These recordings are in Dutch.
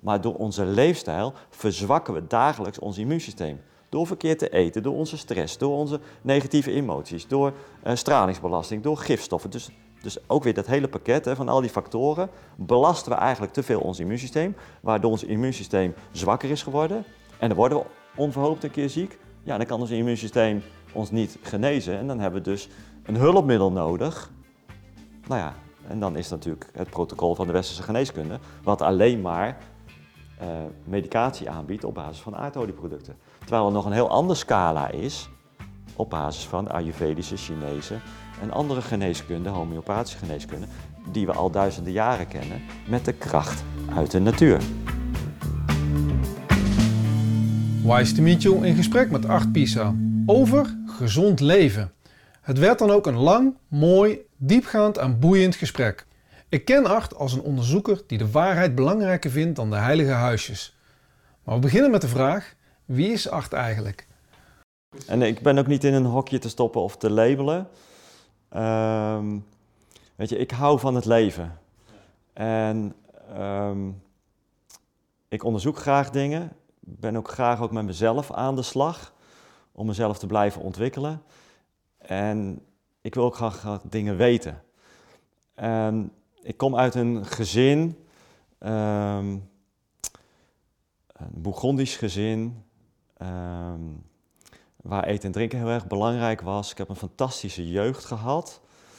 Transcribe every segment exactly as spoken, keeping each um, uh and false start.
Maar door onze leefstijl verzwakken we dagelijks ons immuunsysteem. Door verkeerd te eten, door onze stress, door onze negatieve emoties, door uh, stralingsbelasting, door gifstoffen. Dus, dus ook weer dat hele pakket hè, van al die factoren belasten we eigenlijk te veel ons immuunsysteem, waardoor ons immuunsysteem zwakker is geworden. En dan worden we onverhoopt een keer ziek. Ja, dan kan ons immuunsysteem ons niet genezen en dan hebben we dus een hulpmiddel nodig. Nou ja, en dan is natuurlijk het protocol van de westerse geneeskunde, wat alleen maar uh, medicatie aanbiedt op basis van aardolieproducten. Terwijl er nog een heel andere scala is, op basis van Ayurvedische, Chinese en andere geneeskunde, homeopathische geneeskunde, die we al duizenden jaren kennen, met de kracht uit de natuur. Wise to meet you in gesprek met Art Pisa over gezond leven. Het werd dan ook een lang, mooi, diepgaand en boeiend gesprek. Ik ken Art als een onderzoeker die de waarheid belangrijker vindt dan de heilige huisjes. Maar we beginnen met de vraag, wie is Art eigenlijk? En ik ben ook niet in een hokje te stoppen of te labelen. Um, weet je, ik hou van het leven. En um, ik onderzoek graag dingen. Ik ben ook graag ook met mezelf aan de slag. Om mezelf te blijven ontwikkelen. En ik wil ook graag, graag dingen weten. En ik kom uit een gezin, um, een Bourgondisch gezin, um, waar eten en drinken heel erg belangrijk was. Ik heb een fantastische jeugd gehad.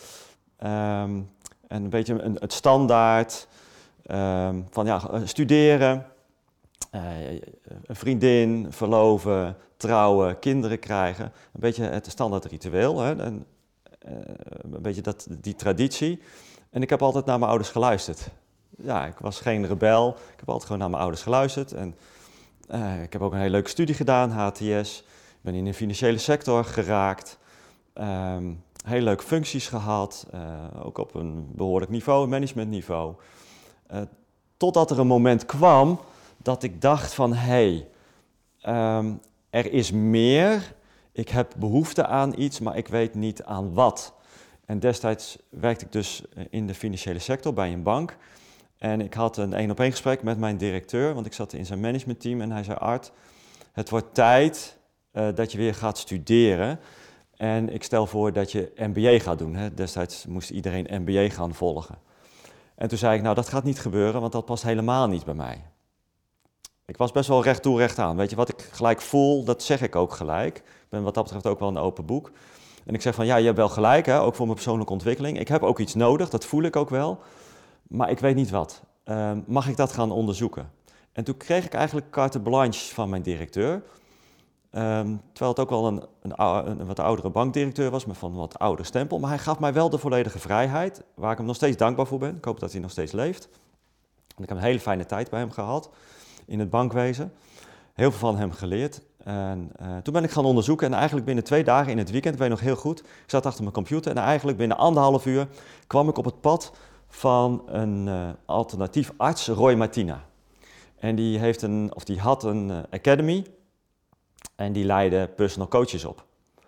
Um, en een beetje een, het standaard um, van ja, studeren, uh, een vriendin, verloven, trouwen, kinderen krijgen. Een beetje het standaard ritueel, hè? En, uh, een beetje dat, die traditie. En ik heb altijd naar mijn ouders geluisterd. Ja, ik was geen rebel. Ik heb altijd gewoon naar mijn ouders geluisterd. En uh, ik heb ook een hele leuke studie gedaan, H T S. Ik ben in de financiële sector geraakt. Um, hele leuke functies gehad. Uh, ook op een behoorlijk niveau, managementniveau. Uh, totdat er een moment kwam dat ik dacht van... hé, hey, um, er is meer. Ik heb behoefte aan iets, maar ik weet niet aan wat. En destijds werkte ik dus in de financiële sector bij een bank. En ik had een één-op-één gesprek met mijn directeur, want ik zat in zijn managementteam. En hij zei, Art, het wordt tijd uh, dat je weer gaat studeren. En ik stel voor dat je M B A gaat doen. Hè. Destijds moest iedereen M B A gaan volgen. En toen zei ik, nou dat gaat niet gebeuren, want dat past helemaal niet bij mij. Ik was best wel recht toe, recht aan. Weet je, wat ik gelijk voel, dat zeg ik ook gelijk. Ik ben wat dat betreft ook wel een open boek. En ik zeg van, ja, je hebt wel gelijk, hè, ook voor mijn persoonlijke ontwikkeling. Ik heb ook iets nodig, dat voel ik ook wel. Maar ik weet niet wat. Uh, mag ik dat gaan onderzoeken? En toen kreeg ik eigenlijk carte blanche van mijn directeur. Um, terwijl het ook wel een, een, een wat oudere bankdirecteur was, met van een wat ouder stempel. Maar hij gaf mij wel de volledige vrijheid, waar ik hem nog steeds dankbaar voor ben. Ik hoop dat hij nog steeds leeft. En ik heb een hele fijne tijd bij hem gehad, in het bankwezen. Heel veel van hem geleerd. En uh, toen ben ik gaan onderzoeken en eigenlijk binnen twee dagen in het weekend, ik weet nog heel goed, ik zat achter mijn computer en eigenlijk binnen anderhalf uur kwam ik op het pad van een uh, alternatief arts, Roy Martina. En die, heeft een, of die had een uh, academy en die leidde personal coaches op.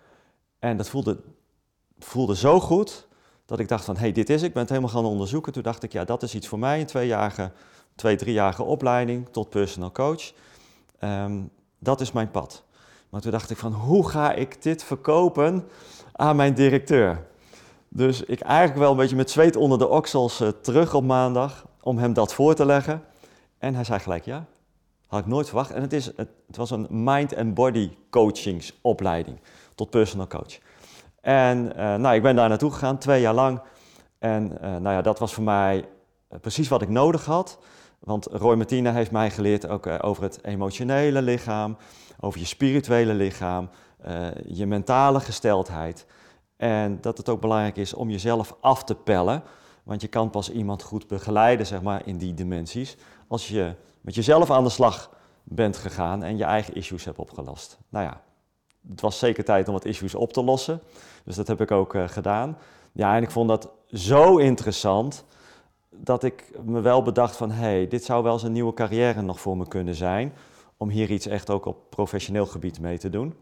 En dat voelde, voelde zo goed dat ik dacht van, hé, hey, dit is ik. Ik ben het helemaal gaan onderzoeken. Toen dacht ik, ja, dat is iets voor mij. Een tweejarige, twee, driejarige opleiding tot personal coach. Um, dat is mijn pad. Maar toen dacht ik van, hoe ga ik dit verkopen aan mijn directeur? Dus ik eigenlijk wel een beetje met zweet onder de oksels uh, terug op maandag om hem dat voor te leggen. En hij zei gelijk ja. Had ik nooit verwacht. En het, is, het, het was een mind and body coachingsopleiding tot personal coach. En uh, nou, ik ben daar naartoe gegaan, twee jaar lang. En uh, nou ja, dat was voor mij uh, precies wat ik nodig had. Want Roy Martina heeft mij geleerd ook uh, over het emotionele lichaam, over je spirituele lichaam, uh, je mentale gesteldheid. En dat het ook belangrijk is om jezelf af te pellen. Want je kan pas iemand goed begeleiden, zeg maar, in die dimensies, als je met jezelf aan de slag bent gegaan en je eigen issues hebt opgelost. Nou ja, het was zeker tijd om wat issues op te lossen. Dus dat heb ik ook uh, gedaan. Ja, en ik vond dat zo interessant dat ik me wel bedacht van, hé, hey, dit zou wel eens een nieuwe carrière nog voor me kunnen zijn, om hier iets echt ook op professioneel gebied mee te doen.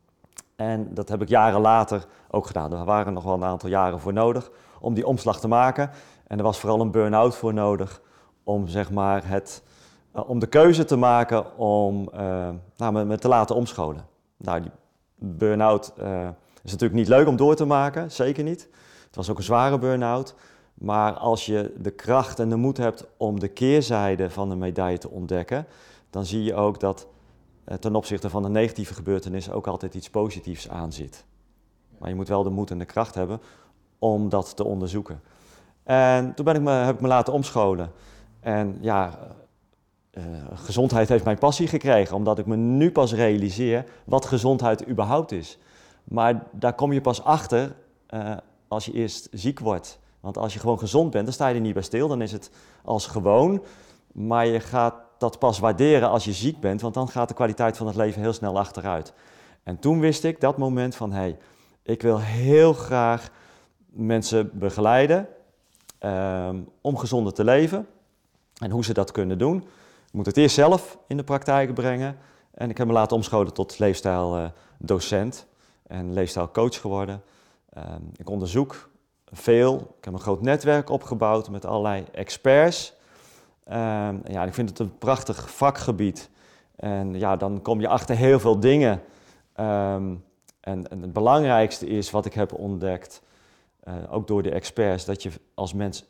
En dat heb ik jaren later ook gedaan. Er waren nog wel een aantal jaren voor nodig om die omslag te maken. En er was vooral een burn-out voor nodig om zeg maar het uh, om de keuze te maken om uh, nou, me, me te laten omscholen. Nou, die burn-out uh, is natuurlijk niet leuk om door te maken, zeker niet. Het was ook een zware burn-out. Maar als je de kracht en de moed hebt om de keerzijde van de medaille te ontdekken, dan zie je ook dat uh, ten opzichte van een negatieve gebeurtenis ook altijd iets positiefs aan zit. Maar je moet wel de moed en de kracht hebben om dat te onderzoeken. En toen ben ik me, heb ik me laten omscholen. En ja, uh, gezondheid heeft mijn passie gekregen, omdat ik me nu pas realiseer wat gezondheid überhaupt is. Maar daar kom je pas achter uh, als je eerst ziek wordt. Want als je gewoon gezond bent, dan sta je er niet bij stil. Dan is het als gewoon. Maar je gaat dat pas waarderen als je ziek bent, want dan gaat de kwaliteit van het leven heel snel achteruit. En toen wist ik dat moment van, hé, hey, ik wil heel graag mensen begeleiden um, om gezonder te leven. En hoe ze dat kunnen doen. Ik moet het eerst zelf in de praktijk brengen. En ik heb me laten omscholen tot leefstijldocent en leefstijlcoach geworden. Um, ik onderzoek veel. Ik heb een groot netwerk opgebouwd met allerlei experts. Um, ja, ik vind het een prachtig vakgebied. En ja, dan kom je achter heel veel dingen. Um, en, en het belangrijkste is wat ik heb ontdekt, uh, ook door de experts, dat je als mens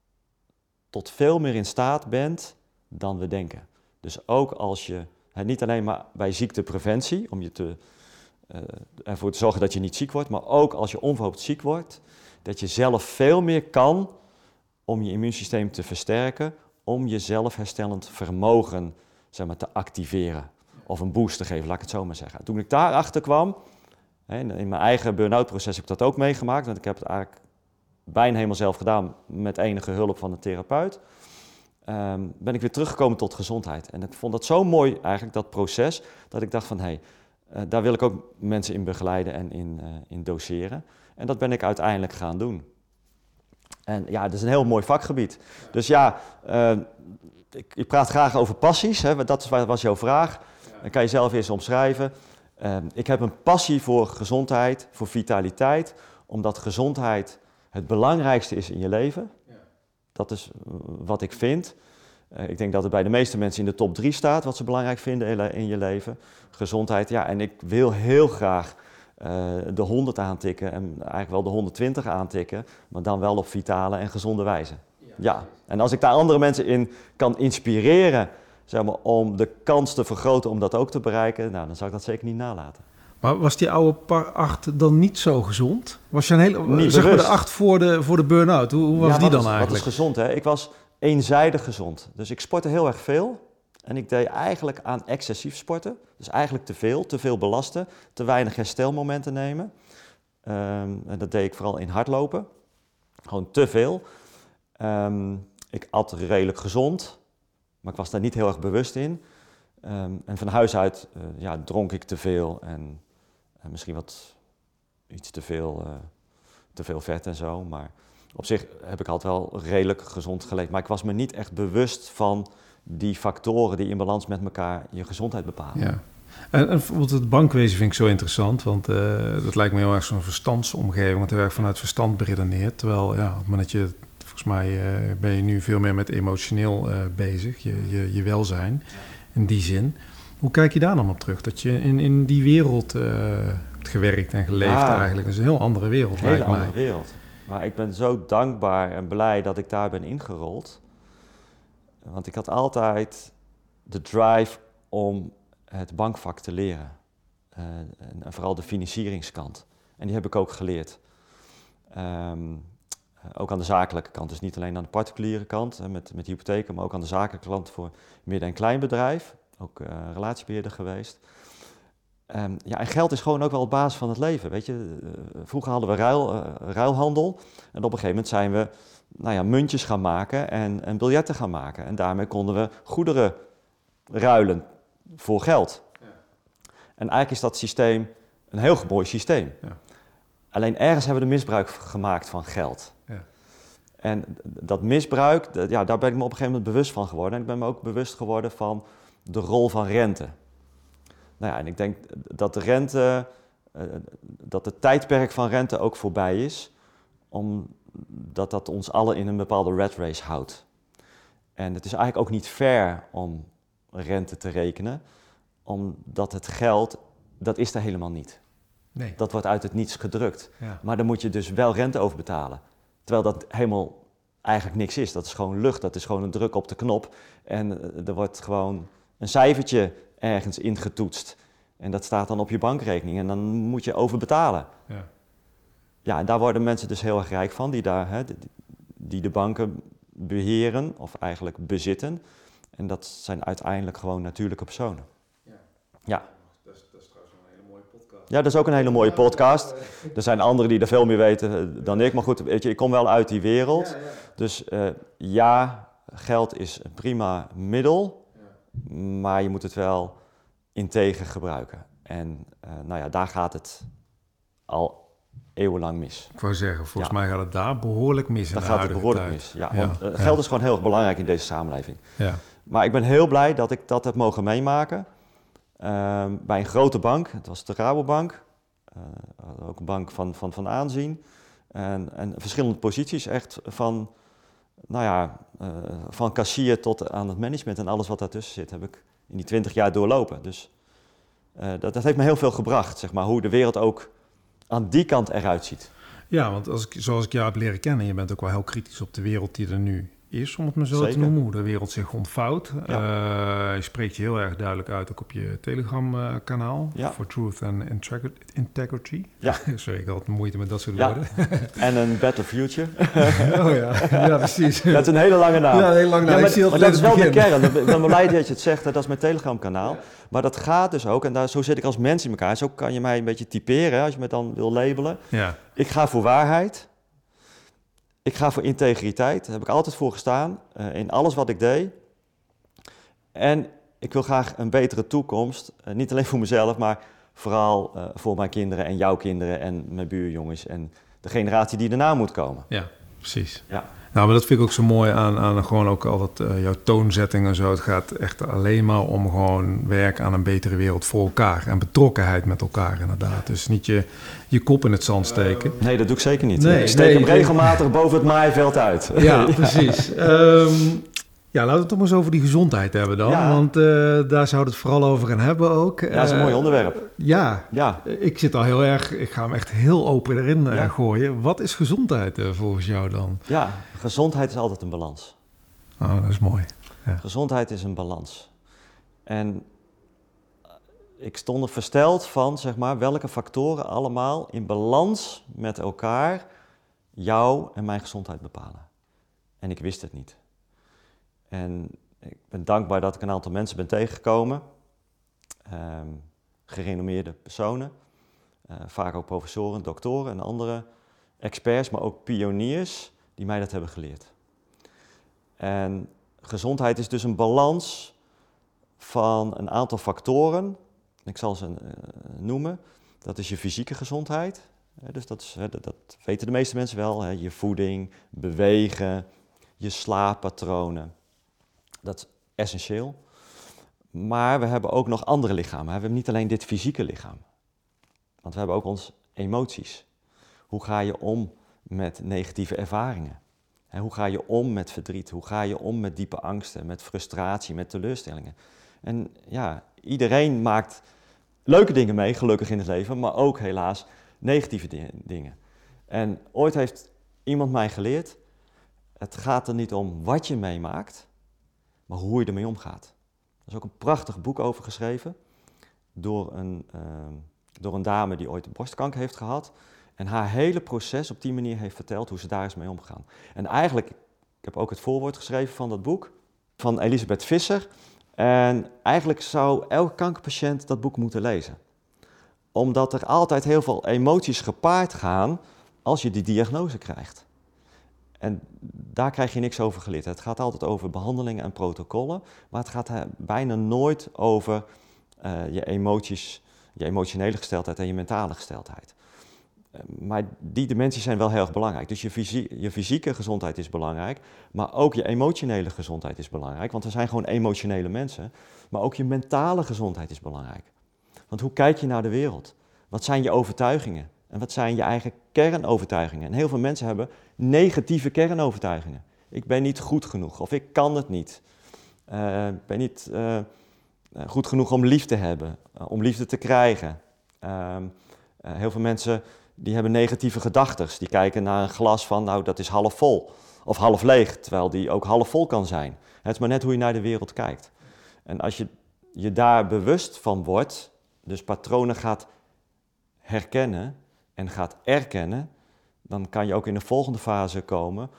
tot veel meer in staat bent dan we denken. Dus ook als je, hè, niet alleen maar bij ziektepreventie, om je te, uh, ervoor te zorgen dat je niet ziek wordt, maar ook als je onverhoopt ziek wordt, dat je zelf veel meer kan om je immuunsysteem te versterken, om je zelfherstellend vermogen, zeg maar, te activeren. Of een boost te geven, laat ik het zo maar zeggen. Toen ik daarachter kwam, in mijn eigen burn-out proces heb ik dat ook meegemaakt, want ik heb het eigenlijk bijna helemaal zelf gedaan met enige hulp van een therapeut. Um, ben ik weer teruggekomen tot gezondheid. En ik vond dat zo mooi eigenlijk, dat proces, dat ik dacht van, hé, hey, uh, daar wil ik ook mensen in begeleiden en in, uh, in doseren. En dat ben ik uiteindelijk gaan doen. En ja, dat is een heel mooi vakgebied. Dus ja, uh, ik, ik praat graag over passies, hè, dat was jouw vraag. Dan kan je zelf eerst omschrijven. Uh, ik heb een passie voor gezondheid, voor vitaliteit, omdat gezondheid het belangrijkste is in je leven. Ja. Dat is wat ik vind. Uh, ik denk dat het bij de meeste mensen in de top drie staat, wat ze belangrijk vinden in je leven. Gezondheid, ja, en ik wil heel graag uh, de honderd aantikken en eigenlijk wel de honderdtwintig aantikken, maar dan wel op vitale en gezonde wijze. Ja. Ja. En als ik daar andere mensen in kan inspireren, zeg maar, om de kans te vergroten om dat ook te bereiken, nou, dan zou ik dat zeker niet nalaten. Maar was die oude par acht dan niet zo gezond? Was je een hele, niet zeg maar de acht voor de, voor de burn-out, hoe, hoe was ja, die dan is, eigenlijk? Wat is gezond, hè? Ik was eenzijdig gezond. Dus ik sportte heel erg veel. En ik deed eigenlijk aan excessief sporten. Dus eigenlijk te veel, te veel belasten, te weinig herstelmomenten nemen. Um, en dat deed ik vooral in hardlopen. Gewoon te veel. Um, ik at redelijk gezond, maar ik was daar niet heel erg bewust in. Um, en van huis uit uh, ja, dronk ik te veel en uh, misschien wat iets te veel, uh, te veel vet en zo. Maar op zich heb ik altijd wel redelijk gezond geleefd. Maar ik was me niet echt bewust van die factoren die in balans met elkaar je gezondheid bepalen. Ja. En, en bijvoorbeeld het bankwezen vind ik zo interessant, want uh, dat lijkt me heel erg zo'n verstandsomgeving, want heel erg vanuit verstand beredeneerd. Terwijl, ja, op het moment dat je, volgens mij uh, ben je nu veel meer met emotioneel uh, bezig, je, je, je welzijn. In die zin. Hoe kijk je daar dan op terug? Dat je in, in die wereld uh, hebt gewerkt en geleefd ja, eigenlijk. Dat is een heel andere wereld, een hele lijkt mij. andere wereld. Maar ik ben zo dankbaar en blij dat ik daar ben ingerold. Want ik had altijd de drive om het bankvak te leren. Uh, en, en vooral de financieringskant. En die heb ik ook geleerd. Um, Ook aan de zakelijke kant, dus niet alleen aan de particuliere kant met, met hypotheken, maar ook aan de zakelijke kant voor midden- en kleinbedrijf. Ook uh, relatiebeheerder geweest. Um, ja, en geld is gewoon ook wel de basis van het leven, weet je. Uh, vroeger hadden we ruil, uh, ruilhandel en op een gegeven moment zijn we nou ja, muntjes gaan maken en, en biljetten gaan maken. En daarmee konden we goederen ruilen voor geld. Ja. En eigenlijk is dat systeem een heel mooi systeem. Ja. Alleen ergens hebben we misbruik gemaakt van geld. Ja. En dat misbruik, dat, ja, daar ben ik me op een gegeven moment bewust van geworden. En ik ben me ook bewust geworden van de rol van rente. Nou ja, en ik denk dat de rente, uh, dat het tijdperk van rente ook voorbij is, omdat dat ons allen in een bepaalde rat race houdt. En het is eigenlijk ook niet fair om rente te rekenen, omdat het geld, dat is er helemaal niet. Nee. Dat wordt uit het niets gedrukt. Ja. Maar daar moet je dus wel rente over betalen. Terwijl dat helemaal eigenlijk niks is. Dat is gewoon lucht, dat is gewoon een druk op de knop. En er wordt gewoon een cijfertje ergens ingetoetst. En dat staat dan op je bankrekening en dan moet je over betalen. Ja. Ja, en daar worden mensen dus heel erg rijk van, die, daar, hè, die de banken beheren of eigenlijk bezitten. En dat zijn uiteindelijk gewoon natuurlijke personen. Ja. Ja. Dat is, dat is trouwens een hele mooie podcast. Ja, dat is ook een hele mooie podcast. Er zijn anderen die er veel meer weten dan ik. Maar goed, weet je, ik kom wel uit die wereld. Ja, ja. Dus uh, ja, geld is een prima middel. Ja. Maar je moet het wel integer gebruiken. En uh, nou ja, daar gaat het al eeuwenlang mis. Ik wou zeggen, volgens ja. mij gaat het daar behoorlijk mis in daar de gaat het behoorlijk tijd. mis, ja. ja. Want uh, ja. geld is gewoon heel erg belangrijk in deze samenleving. Ja. Maar ik ben heel blij dat ik dat heb mogen meemaken. Uh, bij een grote bank, het was de Rabobank. Uh, ook een bank van, van, van aanzien. En, en verschillende posities, echt van, nou ja, uh, van kassier tot aan het management en alles wat daartussen zit, heb ik in die twintig jaar doorlopen. Dus uh, dat, dat heeft me heel veel gebracht, zeg maar, hoe de wereld ook aan die kant eruit ziet. Ja, want als ik, zoals ik jou heb leren kennen, je bent ook wel heel kritisch op de wereld die er nu is, om het maar zo Zeker. te noemen, hoe de wereld zich ontvouwt. Ja. Uh, je spreekt je heel erg duidelijk uit, ook op je Telegram-kanaal, ja. For Truth and Integrity. Ja. Sorry, ik had moeite met dat soort ja. woorden. En een Better Future. Oh ja, ja precies. Dat is een hele lange naam. Ja, een hele lange naam. Ja, maar, ik zie maar dat is wel begin. de kern. Ik ben blij dat je het zegt, dat is mijn Telegram-kanaal. Ja. Maar dat gaat dus ook, en daar, zo zit ik als mens in elkaar. Zo kan je mij een beetje typeren, als je me dan wil labelen. Ja. Ik ga voor waarheid. Ik ga voor integriteit, daar heb ik altijd voor gestaan, uh, in alles wat ik deed. En ik wil graag een betere toekomst, uh, niet alleen voor mezelf, maar vooral uh, voor mijn kinderen en jouw kinderen en mijn buurjongens en de generatie die erna moet komen. Ja, precies. Ja. Nou, maar dat vind ik ook zo mooi aan, aan gewoon ook altijd uh, jouw toonzetting en zo. Het gaat echt alleen maar om gewoon werk aan een betere wereld voor elkaar. En betrokkenheid met elkaar inderdaad. Dus niet je, je kop in het zand steken. Nee, dat doe ik zeker niet. Nee, ik steek nee, hem nee. regelmatig boven het maaiveld uit. Ja, precies. um, ja, laten we het toch maar eens over die gezondheid hebben dan. Ja. Want uh, daar zouden we het vooral over gaan hebben ook. Ja, dat is een mooi onderwerp. Ja, ja, ik zit al heel erg, ik ga hem echt heel open erin uh, ja. gooien. Wat is gezondheid uh, volgens jou dan? Ja, gezondheid is altijd een balans. Oh, dat is mooi. Ja. Gezondheid is een balans. En ik stond er versteld van, zeg maar, welke factoren allemaal in balans met elkaar jou en mijn gezondheid bepalen. En ik wist het niet. En ik ben dankbaar dat ik een aantal mensen ben tegengekomen. Um, gerenommeerde personen. Uh, vaak ook professoren, doktoren en andere experts, maar ook pioniers die mij dat hebben geleerd. En gezondheid is dus een balans van een aantal factoren. Ik zal ze uh, noemen. Dat is je fysieke gezondheid. Uh, dus dat, is, uh, dat, dat weten de meeste mensen wel. Hè. Je voeding, bewegen, je slaappatronen. Dat is essentieel. Maar we hebben ook nog andere lichamen. We hebben niet alleen dit fysieke lichaam. Want we hebben ook onze emoties. Hoe ga je om met negatieve ervaringen? En hoe ga je om met verdriet? Hoe ga je om met diepe angsten, met frustratie, met teleurstellingen? En ja, iedereen maakt leuke dingen mee, gelukkig in het leven, maar ook helaas negatieve di- dingen. En ooit heeft iemand mij geleerd, het gaat er niet om wat je meemaakt, maar hoe je ermee omgaat. Er is ook een prachtig boek over geschreven door een, uh, door een dame die ooit borstkanker heeft gehad. En haar hele proces op die manier heeft verteld hoe ze daar is mee omgegaan. En eigenlijk, ik heb ook het voorwoord geschreven van dat boek, van Elisabeth Visser. En eigenlijk zou elke kankerpatiënt dat boek moeten lezen. Omdat er altijd heel veel emoties gepaard gaan als je die diagnose krijgt. En daar krijg je niks over geleerd. Het gaat altijd over behandelingen en protocollen, maar het gaat bijna nooit over uh, je emoties, je emotionele gesteldheid en je mentale gesteldheid. Uh, maar die dimensies zijn wel heel erg belangrijk. Dus je, fysie, je fysieke gezondheid is belangrijk, maar ook je emotionele gezondheid is belangrijk. Want we zijn gewoon emotionele mensen. Maar ook je mentale gezondheid is belangrijk. Want hoe kijk je naar de wereld? Wat zijn je overtuigingen? En wat zijn je eigen kernovertuigingen? En heel veel mensen hebben negatieve kernovertuigingen. Ik ben niet goed genoeg of ik kan het niet. uh, ben niet uh, goed genoeg om lief te hebben, uh, om liefde te krijgen. Uh, uh, heel veel mensen die hebben negatieve gedachten. Die kijken naar een glas van, nou, dat is half vol of half leeg, terwijl die ook half vol kan zijn. Het is maar net hoe je naar de wereld kijkt. En als je je daar bewust van wordt, dus patronen gaat herkennen en gaat erkennen, dan kan je ook in de volgende fase komen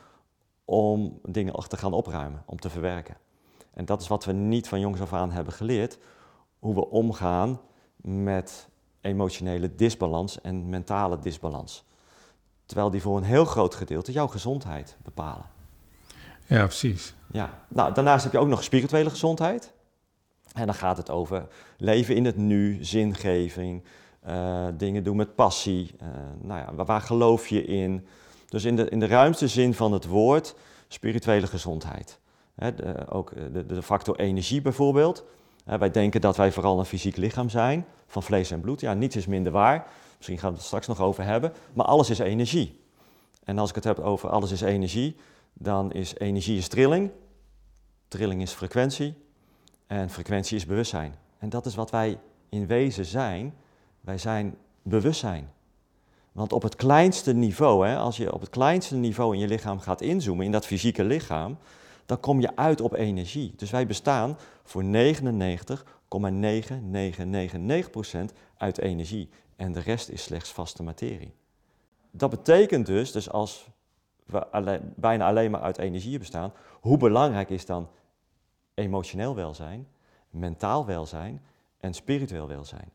om dingen te gaan opruimen, om te verwerken. En dat is wat we niet van jongs af aan hebben geleerd, hoe we omgaan met emotionele disbalans en mentale disbalans. Terwijl die voor een heel groot gedeelte jouw gezondheid bepalen. Ja, precies. Ja. Nou, daarnaast heb je ook nog spirituele gezondheid. En dan gaat het over leven in het nu, zingeving, uh, dingen doen met passie. Uh, nou ja, waar, waar geloof je in? Dus in de, in de ruimste zin van het woord, spirituele gezondheid. He, de, ook de, de factor energie bijvoorbeeld. He, wij denken dat wij vooral een fysiek lichaam zijn, van vlees en bloed. Ja, niets is minder waar. Misschien gaan we het straks nog over hebben. Maar alles is energie. En als ik het heb over alles is energie, dan is energie is trilling. Trilling is frequentie. En frequentie is bewustzijn. En dat is wat wij in wezen zijn. Wij zijn bewustzijn. Want op het kleinste niveau, hè, als je op het kleinste niveau in je lichaam gaat inzoomen, in dat fysieke lichaam, dan kom je uit op energie. Dus wij bestaan voor negenennegentig komma negen negen negen negen procent uit energie. En de rest is slechts vaste materie. Dat betekent dus, dus als we alleen, bijna alleen maar uit energie bestaan, hoe belangrijk is dan emotioneel welzijn, mentaal welzijn en spiritueel welzijn.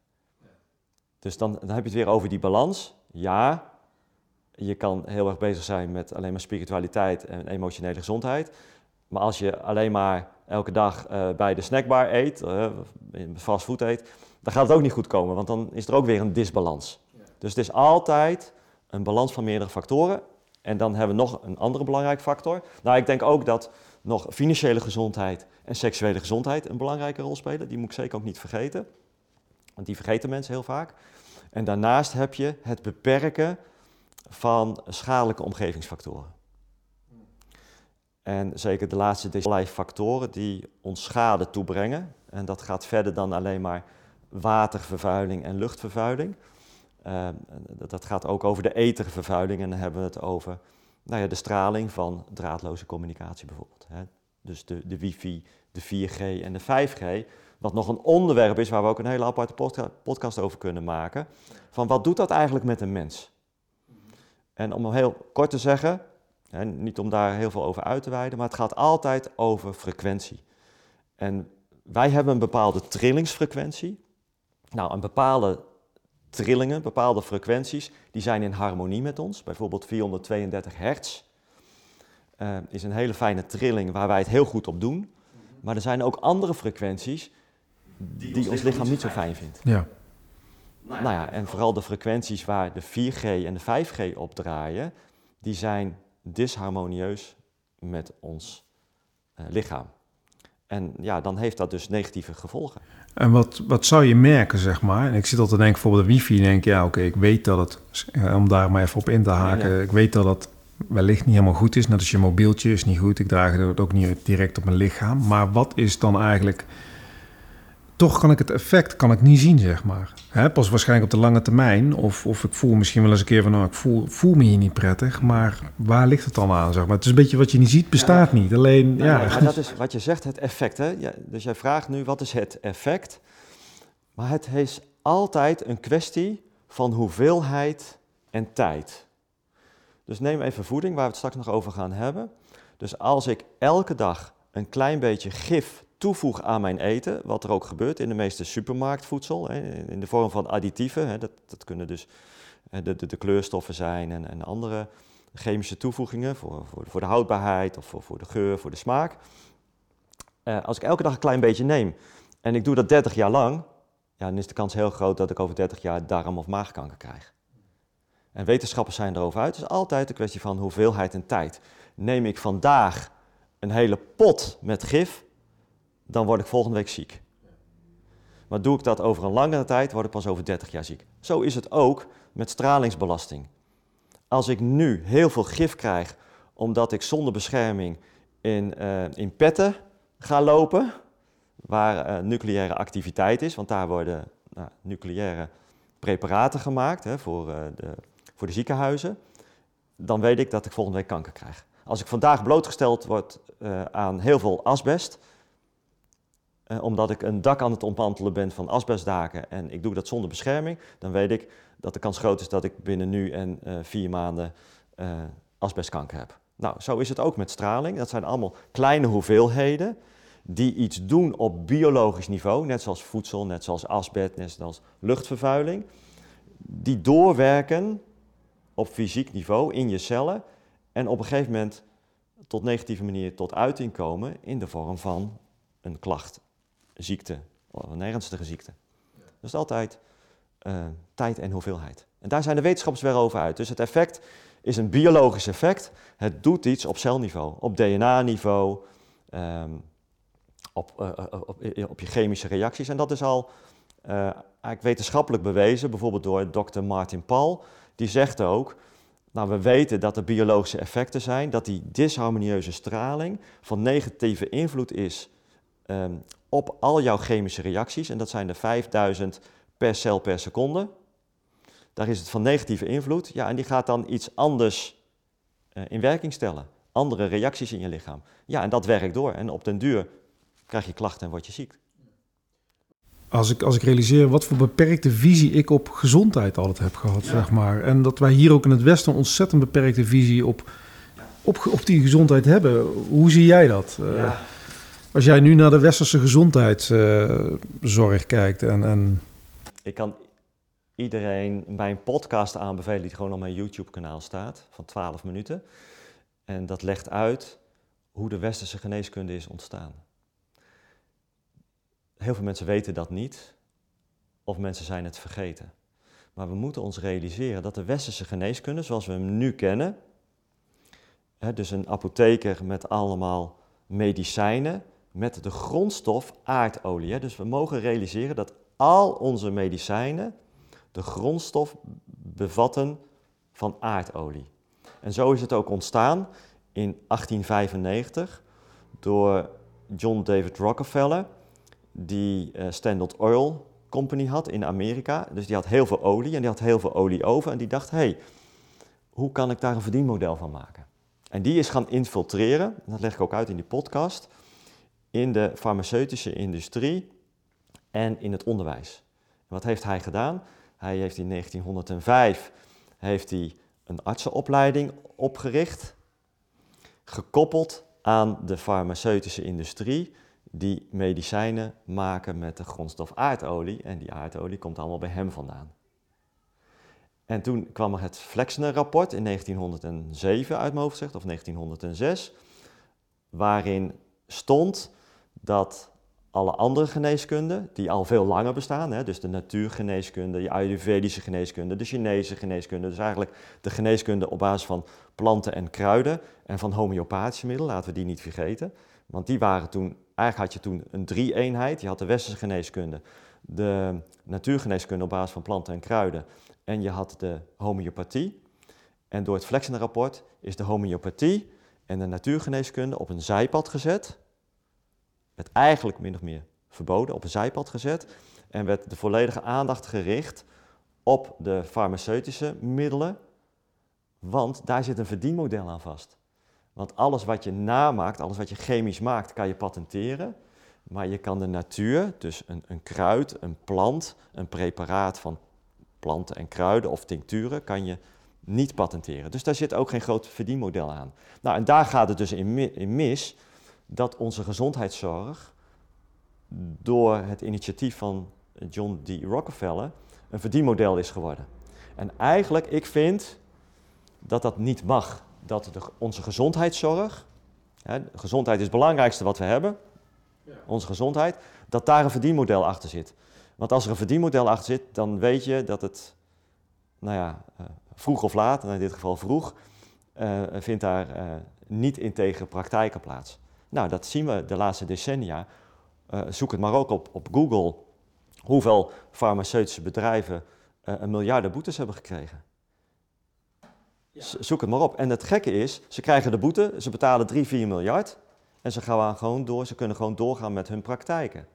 Dus dan, dan heb je het weer over die balans. Ja, je kan heel erg bezig zijn met alleen maar spiritualiteit en emotionele gezondheid. Maar als je alleen maar elke dag uh, bij de snackbar eet, uh, fastfood eet, dan gaat het ook niet goed komen, want dan is er ook weer een disbalans. Dus het is altijd een balans van meerdere factoren. En dan hebben we nog een andere belangrijke factor. Nou, ik denk ook dat nog financiële gezondheid en seksuele gezondheid een belangrijke rol spelen. Die moet ik zeker ook niet vergeten. Want die vergeten mensen heel vaak. En daarnaast heb je het beperken van schadelijke omgevingsfactoren. En zeker de laatste deze allerlei factoren die ons schade toebrengen. En dat gaat verder dan alleen maar watervervuiling en luchtvervuiling. Uh, dat gaat ook over de ethervervuiling en dan hebben we het over nou ja, de straling van draadloze communicatie bijvoorbeeld. Hè. Dus de, de wifi, de vier G en de vijf G, wat nog een onderwerp is waar we ook een hele aparte podcast over kunnen maken. Van wat doet dat eigenlijk met een mens? En om heel kort te zeggen, hè, niet om daar heel veel over uit te wijden, maar het gaat altijd over frequentie. En wij hebben een bepaalde trillingsfrequentie. Nou, een bepaalde trillingen, bepaalde frequenties, die zijn in harmonie met ons. Bijvoorbeeld vierhonderdtweeëndertig hertz uh, is een hele fijne trilling waar wij het heel goed op doen. Maar er zijn ook andere frequenties die, die ons lichaam niet zo fijn vindt. Ja. Nou ja, en vooral de frequenties waar de vier G en de vijf G op draaien, die zijn disharmonieus met ons uh, lichaam. En ja, dan heeft dat dus negatieve gevolgen. En wat, wat zou je merken, zeg maar? En ik zit altijd te denken, bijvoorbeeld de wifi, denk ik, ja, oké, okay, ik weet dat het, om daar maar even op in te haken, ja, ja. Ik weet dat het wellicht niet helemaal goed is, net als je mobieltje is niet goed, ik draag het ook niet direct op mijn lichaam, maar wat is dan eigenlijk, toch kan ik het effect kan ik niet zien, zeg maar. Hè, pas waarschijnlijk op de lange termijn, of, of ik voel misschien wel eens een keer van, nou, ik voel, voel me hier niet prettig, maar waar ligt het dan aan, zeg maar? Het is een beetje wat je niet ziet, bestaat ja, niet, alleen, ja. ja. Maar dat is wat je zegt, het effect, hè? Ja, dus jij vraagt nu, wat is het effect? Maar het is altijd een kwestie van hoeveelheid en tijd. Dus neem even voeding, waar we het straks nog over gaan hebben. Dus als ik elke dag een klein beetje gif toevoeg aan mijn eten, wat er ook gebeurt in de meeste supermarktvoedsel, hè, in de vorm van additieven, hè, dat, dat kunnen dus de, de, de kleurstoffen zijn en, en andere chemische toevoegingen voor, voor, voor de houdbaarheid of voor, voor de geur, voor de smaak. Uh, als ik elke dag een klein beetje neem en ik doe dat dertig jaar lang, ja, dan is de kans heel groot dat ik over dertig jaar darm- of maagkanker krijg. En wetenschappers zijn erover uit. Het is altijd een kwestie van hoeveelheid en tijd. Neem ik vandaag een hele pot met gif, dan word ik volgende week ziek. Maar doe ik dat over een langere tijd, word ik pas over dertig jaar ziek. Zo is het ook met stralingsbelasting. Als ik nu heel veel gif krijg, omdat ik zonder bescherming in, uh, in petten Ga lopen waar uh, nucleaire activiteit is, want daar worden nou, nucleaire preparaten gemaakt hè, voor, uh, de, voor de ziekenhuizen. Dan weet ik dat ik volgende week kanker krijg. Als ik vandaag blootgesteld word uh, aan heel veel asbest, uh, omdat ik een dak aan het ontmantelen ben van asbestdaken en ik doe dat zonder bescherming, dan weet ik dat de kans groot is dat ik binnen nu en uh, vier maanden uh, asbestkanker heb. Nou, zo is het ook met straling. Dat zijn allemaal kleine hoeveelheden die iets doen op biologisch niveau, net zoals voedsel, net zoals asbest, net zoals luchtvervuiling, die doorwerken op fysiek niveau in je cellen en op een gegeven moment tot negatieve manier tot uiting komen in de vorm van een klacht, een ziekte, of een ernstige ziekte. Dat is altijd uh, tijd en hoeveelheid. En daar zijn de wetenschappers weer over uit. Dus het effect is een biologisch effect. Het doet iets op celniveau, op D N A-niveau, um, op, uh, op, op je chemische reacties. En dat is al uh, eigenlijk wetenschappelijk bewezen, bijvoorbeeld door dokter Martin Pall. Die zegt ook, nou we weten dat er biologische effecten zijn, dat die disharmonieuze straling van negatieve invloed is um, op al jouw chemische reacties. En dat zijn er vijfduizend per cel per seconde. Daar is het van negatieve invloed. Ja, en die gaat dan iets anders uh, in werking stellen. Andere reacties in je lichaam. Ja, en dat werkt door. En op den duur krijg je klachten en word je ziek. Als ik, als ik realiseer wat voor beperkte visie ik op gezondheid altijd heb gehad, ja. zeg maar. En dat wij hier ook in het Westen een ontzettend beperkte visie op, op, op die gezondheid hebben. Hoe zie jij dat? Ja. Uh, als jij nu naar de westerse gezondheidszorg uh, kijkt en, en... Ik kan iedereen mijn podcast aanbevelen die gewoon op mijn YouTube-kanaal staat, van twaalf minuten. En dat legt uit hoe de westerse geneeskunde is ontstaan. Heel veel mensen weten dat niet, of mensen zijn het vergeten. Maar we moeten ons realiseren dat de westerse geneeskunde, zoals we hem nu kennen, hè, dus een apotheker met allemaal medicijnen, met de grondstof aardolie. Hè. Dus we mogen realiseren dat al onze medicijnen de grondstof bevatten van aardolie. En zo is het ook ontstaan in achttien vijfennegentig door John David Rockefeller, die uh, Standard Oil Company had in Amerika. Dus die had heel veel olie en die had heel veel olie over. En die dacht, hé, hey, hoe kan ik daar een verdienmodel van maken? En die is gaan infiltreren, dat leg ik ook uit in die podcast, in de farmaceutische industrie en in het onderwijs. En wat heeft hij gedaan? Hij heeft in negentienhonderdvijf heeft hij een artsenopleiding opgericht, gekoppeld aan de farmaceutische industrie, die medicijnen maken met de grondstof aardolie. En die aardolie komt allemaal bij hem vandaan. En toen kwam er het Flexner-rapport in negentienhonderdzeven uit mijn hoofd gezegd, of negentienhonderdzes, waarin stond dat alle andere geneeskunde, die al veel langer bestaan, hè, dus de natuurgeneeskunde, de Ayurvedische geneeskunde, de Chinese geneeskunde, dus eigenlijk de geneeskunde op basis van planten en kruiden en van homeopathische middelen, laten we die niet vergeten. Want die waren toen, eigenlijk had je toen een drie-eenheid. Je had de westerse geneeskunde, de natuurgeneeskunde op basis van planten en kruiden en je had de homeopathie. En door het Flexner-rapport is de homeopathie en de natuurgeneeskunde op een zijpad gezet. Werd eigenlijk min of meer verboden, op een zijpad gezet. En werd de volledige aandacht gericht op de farmaceutische middelen. Want daar zit een verdienmodel aan vast. Want alles wat je namaakt, alles wat je chemisch maakt, kan je patenteren. Maar je kan de natuur, dus een, een kruid, een plant, een preparaat van planten en kruiden of tincturen, kan je niet patenteren. Dus daar zit ook geen groot verdienmodel aan. Nou, en daar gaat het dus in, in mis dat onze gezondheidszorg door het initiatief van John D. Rockefeller een verdienmodel is geworden. En eigenlijk, ik vind dat dat niet mag. Dat de, onze gezondheidszorg, hè, gezondheid is het belangrijkste wat we hebben, ja. onze gezondheid, dat daar een verdienmodel achter zit. Want als er een verdienmodel achter zit, dan weet je dat het, nou ja, uh, vroeg of laat, en in dit geval vroeg, uh, vindt daar uh, niet integere praktijken plaats. Nou, dat zien we de laatste decennia. Uh, zoek het maar ook op, op Google, hoeveel farmaceutische bedrijven uh, een miljarden boetes hebben gekregen. Ja. Zoek het maar op. En het gekke is, ze krijgen de boete, ze betalen drie, vier miljard. En ze gaan gewoon door, ze kunnen gewoon doorgaan met hun praktijken.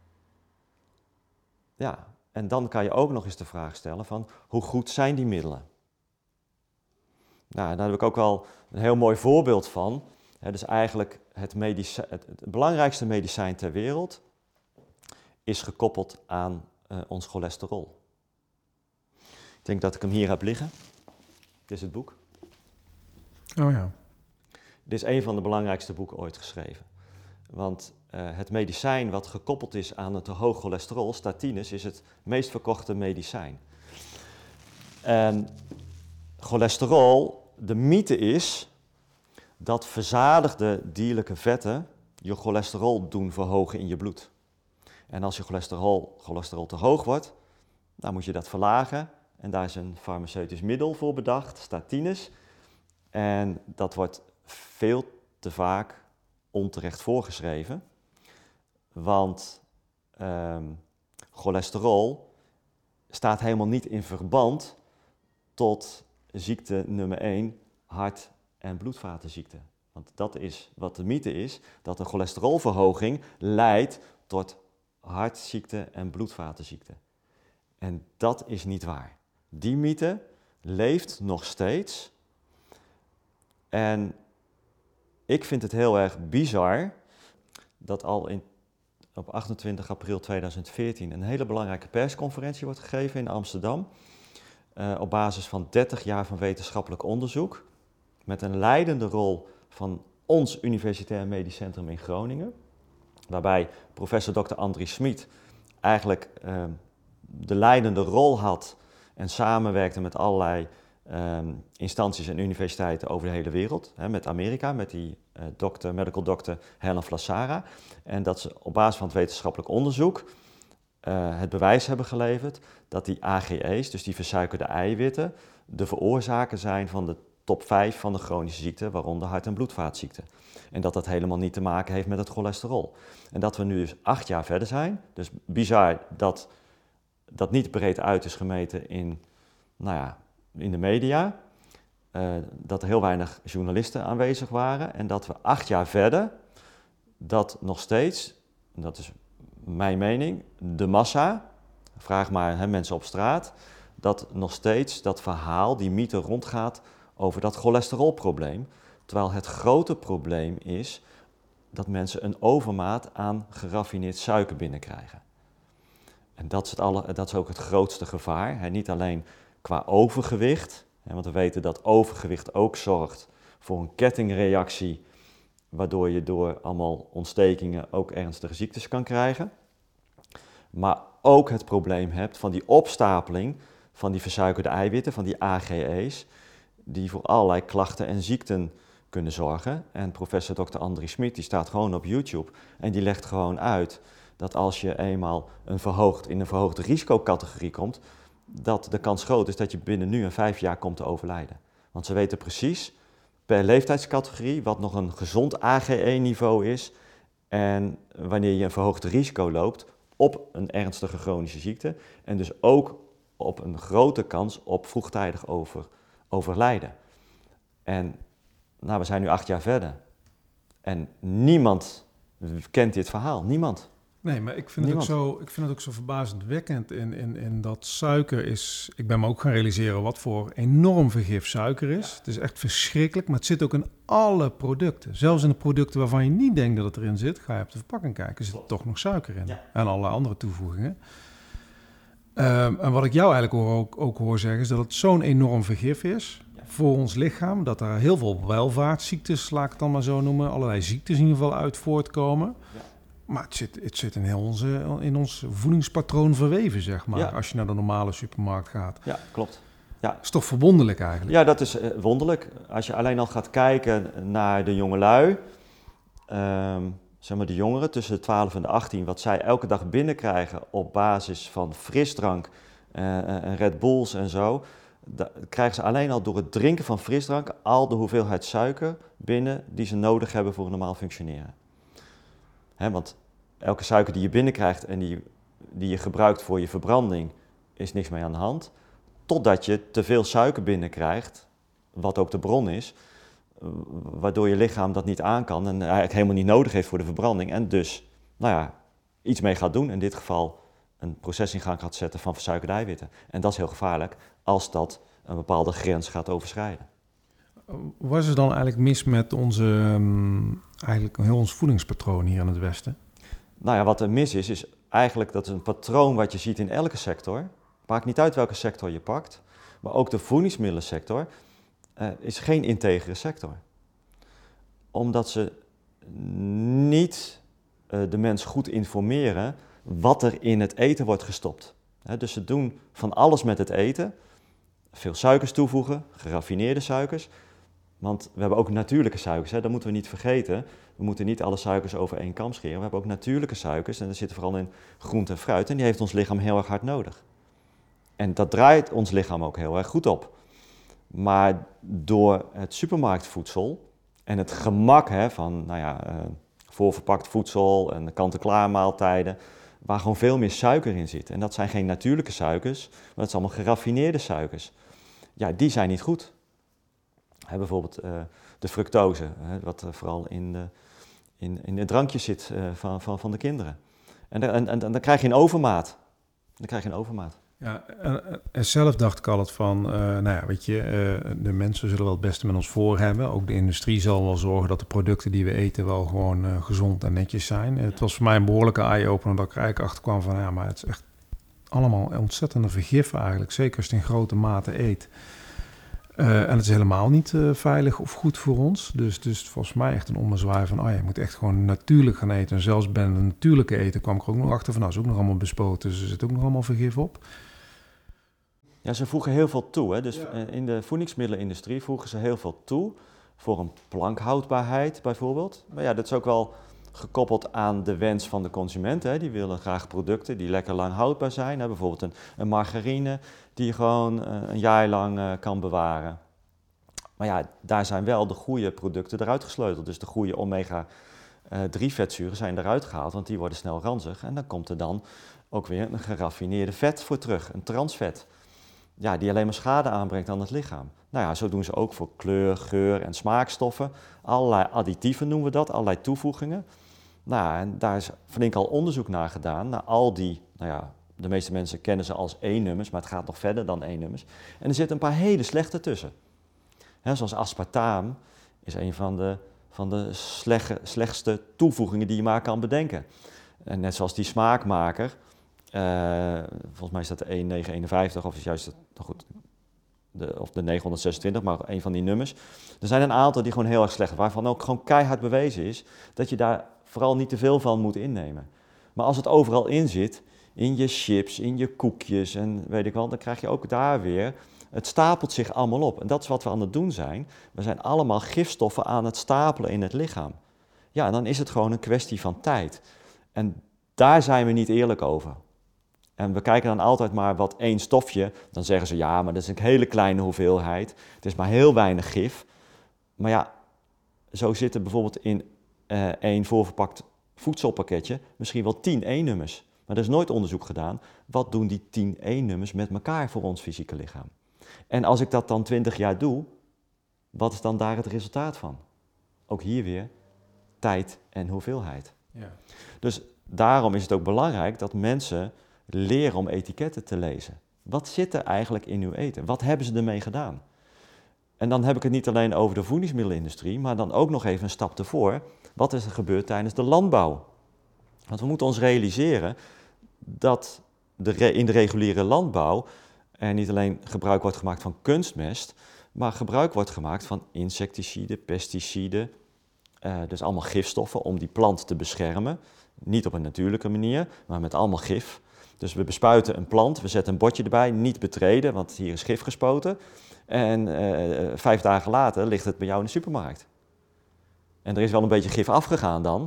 Ja, en dan kan je ook nog eens de vraag stellen van, hoe goed zijn die middelen? Nou, daar heb ik ook wel een heel mooi voorbeeld van. He, dus eigenlijk het, medicijn, het, het belangrijkste medicijn ter wereld is gekoppeld aan uh, ons cholesterol. Ik denk dat ik hem hier heb liggen. Dit is het boek. Oh ja. Dit is een van de belangrijkste boeken ooit geschreven. Want uh, het medicijn wat gekoppeld is aan het te hoog cholesterol, statines, is het meest verkochte medicijn. En cholesterol, de mythe is dat verzadigde dierlijke vetten je cholesterol doen verhogen in je bloed. En als je cholesterol, cholesterol te hoog wordt, dan moet je dat verlagen. En daar is een farmaceutisch middel voor bedacht, statines. En dat wordt veel te vaak onterecht voorgeschreven. Want um, cholesterol staat helemaal niet in verband tot ziekte nummer één, hart- en bloedvatenziekte. Want dat is wat de mythe is, dat een cholesterolverhoging leidt tot hartziekte en bloedvatenziekte. En dat is niet waar. Die mythe leeft nog steeds. En ik vind het heel erg bizar dat al in, op achtentwintig april tweeduizend veertien een hele belangrijke persconferentie wordt gegeven in Amsterdam. Uh, op basis van dertig jaar van wetenschappelijk onderzoek. Met een leidende rol van ons Universitair Medisch Centrum in Groningen. Waarbij professor dokter Andries Schmid eigenlijk uh, de leidende rol had en samenwerkte met allerlei um, instanties en universiteiten over de hele wereld. Hè, met Amerika, met die uh, dokter, medical dokter Helen Flassara. En dat ze op basis van het wetenschappelijk onderzoek uh, het bewijs hebben geleverd dat die A G E's, dus die versuikerde eiwitten, de veroorzaker zijn van de top vijf van de chronische ziekten, waaronder hart- en bloedvaatziekten. En dat dat helemaal niet te maken heeft met het cholesterol. En dat we nu dus acht jaar verder zijn. Dus bizar dat dat niet breed uit is gemeten in, nou ja, in de media. Uh, dat er heel weinig journalisten aanwezig waren. En dat we acht jaar verder, dat nog steeds, dat is mijn mening, de massa, vraag maar hè, mensen op straat, dat nog steeds dat verhaal, die mythe rondgaat over dat cholesterolprobleem. Terwijl het grote probleem is dat mensen een overmaat aan geraffineerd suiker binnenkrijgen. En dat is, het alle, dat is ook het grootste gevaar. Hè. Niet alleen qua overgewicht, hè, want we weten dat overgewicht ook zorgt voor een kettingreactie, waardoor je door allemaal ontstekingen ook ernstige ziektes kan krijgen. Maar ook het probleem hebt van die opstapeling van die versuikerde eiwitten, van die A G E's, die voor allerlei klachten en ziekten kunnen zorgen. En professor dokter Andries Schmid, die staat gewoon op YouTube en die legt gewoon uit dat als je eenmaal een verhoogd, in een verhoogde risicocategorie komt, dat de kans groot is dat je binnen nu en vijf jaar komt te overlijden. Want ze weten precies per leeftijdscategorie wat nog een gezond A G E-niveau is en wanneer je een verhoogd risico loopt op een ernstige chronische ziekte en dus ook op een grote kans op vroegtijdig over, overlijden. En nou, we zijn nu acht jaar verder en niemand kent dit verhaal, niemand. Nee, maar ik vind, het ook, zo, ik vind het ook zo verbazendwekkend in, in, in dat suiker is... Ik ben me ook gaan realiseren wat voor enorm vergif suiker is. Ja. Het is echt verschrikkelijk, maar het zit ook in alle producten. Zelfs in de producten waarvan je niet denkt dat het erin zit, ga je op de verpakking kijken, er zit er toch nog suiker in. Ja. En allerlei andere toevoegingen. Um, en wat ik jou eigenlijk hoor, ook, ook hoor zeggen, is dat het zo'n enorm vergif is ja. voor ons lichaam. Dat er heel veel welvaartsziektes, laat ik het dan maar zo noemen, allerlei ziektes in ieder geval uit voortkomen. Ja. Maar het zit, het zit in heel onze, in ons voedingspatroon verweven, zeg maar, ja. als je naar de normale supermarkt gaat. Ja, klopt. Ja. Is toch verwonderlijk eigenlijk? Ja, dat is uh, wonderlijk. Als je alleen al gaat kijken naar de jongelui, um, zeg maar de jongeren tussen de twaalf en de achttien, wat zij elke dag binnenkrijgen op basis van frisdrank uh, en Red Bulls en zo, da- krijgen ze alleen al door het drinken van frisdrank al de hoeveelheid suiker binnen die ze nodig hebben voor een normaal functioneren. He, want elke suiker die je binnenkrijgt en die, die je gebruikt voor je verbranding, is niks mee aan de hand. Totdat je te veel suiker binnenkrijgt, wat ook de bron is, waardoor je lichaam dat niet aan kan en eigenlijk helemaal niet nodig heeft voor de verbranding. En dus, nou ja, iets mee gaat doen. In dit geval een proces in gang gaat zetten van versuikerde eiwitten. En dat is heel gevaarlijk als dat een bepaalde grens gaat overschrijden. Wat is er dan eigenlijk mis met onze, um, eigenlijk heel ons voedingspatroon hier in het Westen? Nou ja, wat er mis is, is eigenlijk dat is een patroon wat je ziet in elke sector. Maakt niet uit welke sector je pakt, maar ook de voedingsmiddelensector uh, is geen integere sector. Omdat ze niet uh, de mens goed informeren wat er in het eten wordt gestopt. He, dus ze doen van alles met het eten, veel suikers toevoegen, geraffineerde suikers. Want we hebben ook natuurlijke suikers, hè? Dat moeten we niet vergeten. We moeten niet alle suikers over één kam scheren. We hebben ook natuurlijke suikers en dat zitten vooral in groente en fruit. En die heeft ons lichaam heel erg hard nodig. En dat draait ons lichaam ook heel erg goed op. Maar door het supermarktvoedsel en het gemak hè, van nou ja, uh, voorverpakt voedsel en kant-en-klaar maaltijden, waar gewoon veel meer suiker in zit. En dat zijn geen natuurlijke suikers, maar dat zijn allemaal geraffineerde suikers. Ja, die zijn niet goed. He, bijvoorbeeld uh, de fructose, hè, wat uh, vooral in de, in, in de drankjes zit uh, van, van, van de kinderen. En, en, en, en dan krijg je een overmaat. Dan krijg je een overmaat. Ja, en, en zelf dacht ik altijd van, uh, nou ja, weet je, uh, de mensen zullen wel het beste met ons voor hebben. Ook de industrie zal wel zorgen dat de producten die we eten wel gewoon uh, gezond en netjes zijn. Ja. Het was voor mij een behoorlijke eye-opener dat ik er eigenlijk achter kwam van, ja, maar het is echt allemaal ontzettende vergif eigenlijk. Zeker als je het in grote mate eet. Uh, en het is helemaal niet uh, veilig of goed voor ons. Dus, dus volgens mij echt een ommezwaai van, oh ja, je moet echt gewoon natuurlijk gaan eten. En zelfs bij een natuurlijke eten kwam ik er ook nog achter van, nou, is ook nog allemaal bespoten. Dus er zit ook nog allemaal vergif op. Ja, ze voegen heel veel toe. Hè? Dus ja. In de voedingsmiddelenindustrie voegen ze heel veel toe. Voor een plankhoudbaarheid bijvoorbeeld. Maar ja, dat is ook wel gekoppeld aan de wens van de consument. Hè? Die willen graag producten die lekker lang houdbaar zijn. Hè? Bijvoorbeeld een, een margarine die je gewoon uh, een jaar lang uh, kan bewaren. Maar ja, daar zijn wel de goede producten eruit gesleuteld. Dus de goede omega drie vetzuren zijn eruit gehaald, want die worden snel ranzig. En dan komt er dan ook weer een geraffineerde vet voor terug, een transvet. Ja, die alleen maar schade aanbrengt aan het lichaam. Nou ja, zo doen ze ook voor kleur, geur en smaakstoffen. Allerlei additieven noemen we dat, allerlei toevoegingen. Nou, en daar is flink al onderzoek naar gedaan, naar al die, nou ja, de meeste mensen kennen ze als E-nummers, maar het gaat nog verder dan E-nummers. En er zitten een paar hele slechte tussen. He, zoals aspartaam is een van de, van de slechte, slechtste toevoegingen die je maar kan bedenken. En net zoals die smaakmaker, uh, volgens mij is dat de een negen eenenvijftig of is juist het, nou goed, de, of de negenhonderdzesentwintig, maar een van die nummers. Er zijn een aantal die gewoon heel erg slecht zijn, waarvan ook gewoon keihard bewezen is dat je daar vooral niet te veel van moet innemen. Maar als het overal in zit, in je chips, in je koekjes en weet ik wel, dan krijg je ook daar weer, het stapelt zich allemaal op. En dat is wat we aan het doen zijn. We zijn allemaal gifstoffen aan het stapelen in het lichaam. Ja, en dan is het gewoon een kwestie van tijd. En daar zijn we niet eerlijk over. En we kijken dan altijd maar wat één stofje, dan zeggen ze ja, maar dat is een hele kleine hoeveelheid. Het is maar heel weinig gif. Maar ja, zo zitten bijvoorbeeld in uh, één voorverpakt voedselpakketje misschien wel tien E-nummers. Maar er is nooit onderzoek gedaan, wat doen die tien E-nummers met elkaar voor ons fysieke lichaam? En als ik dat dan twintig jaar doe, wat is dan daar het resultaat van? Ook hier weer tijd en hoeveelheid. Ja. Dus daarom is het ook belangrijk dat mensen leren om etiketten te lezen. Wat zit er eigenlijk in uw eten? Wat hebben ze ermee gedaan? En dan heb ik het niet alleen over de voedingsmiddelenindustrie, maar dan ook nog even een stap ervoor. Wat is er gebeurd tijdens de landbouw? Want we moeten ons realiseren dat de re- in de reguliere landbouw er niet alleen gebruik wordt gemaakt van kunstmest, maar gebruik wordt gemaakt van insecticiden, pesticiden, uh, dus allemaal gifstoffen om die plant te beschermen. Niet op een natuurlijke manier, maar met allemaal gif. Dus we bespuiten een plant, we zetten een bordje erbij, niet betreden, want hier is gif gespoten. En uh, vijf dagen later ligt het bij jou in de supermarkt. En er is wel een beetje gif afgegaan dan,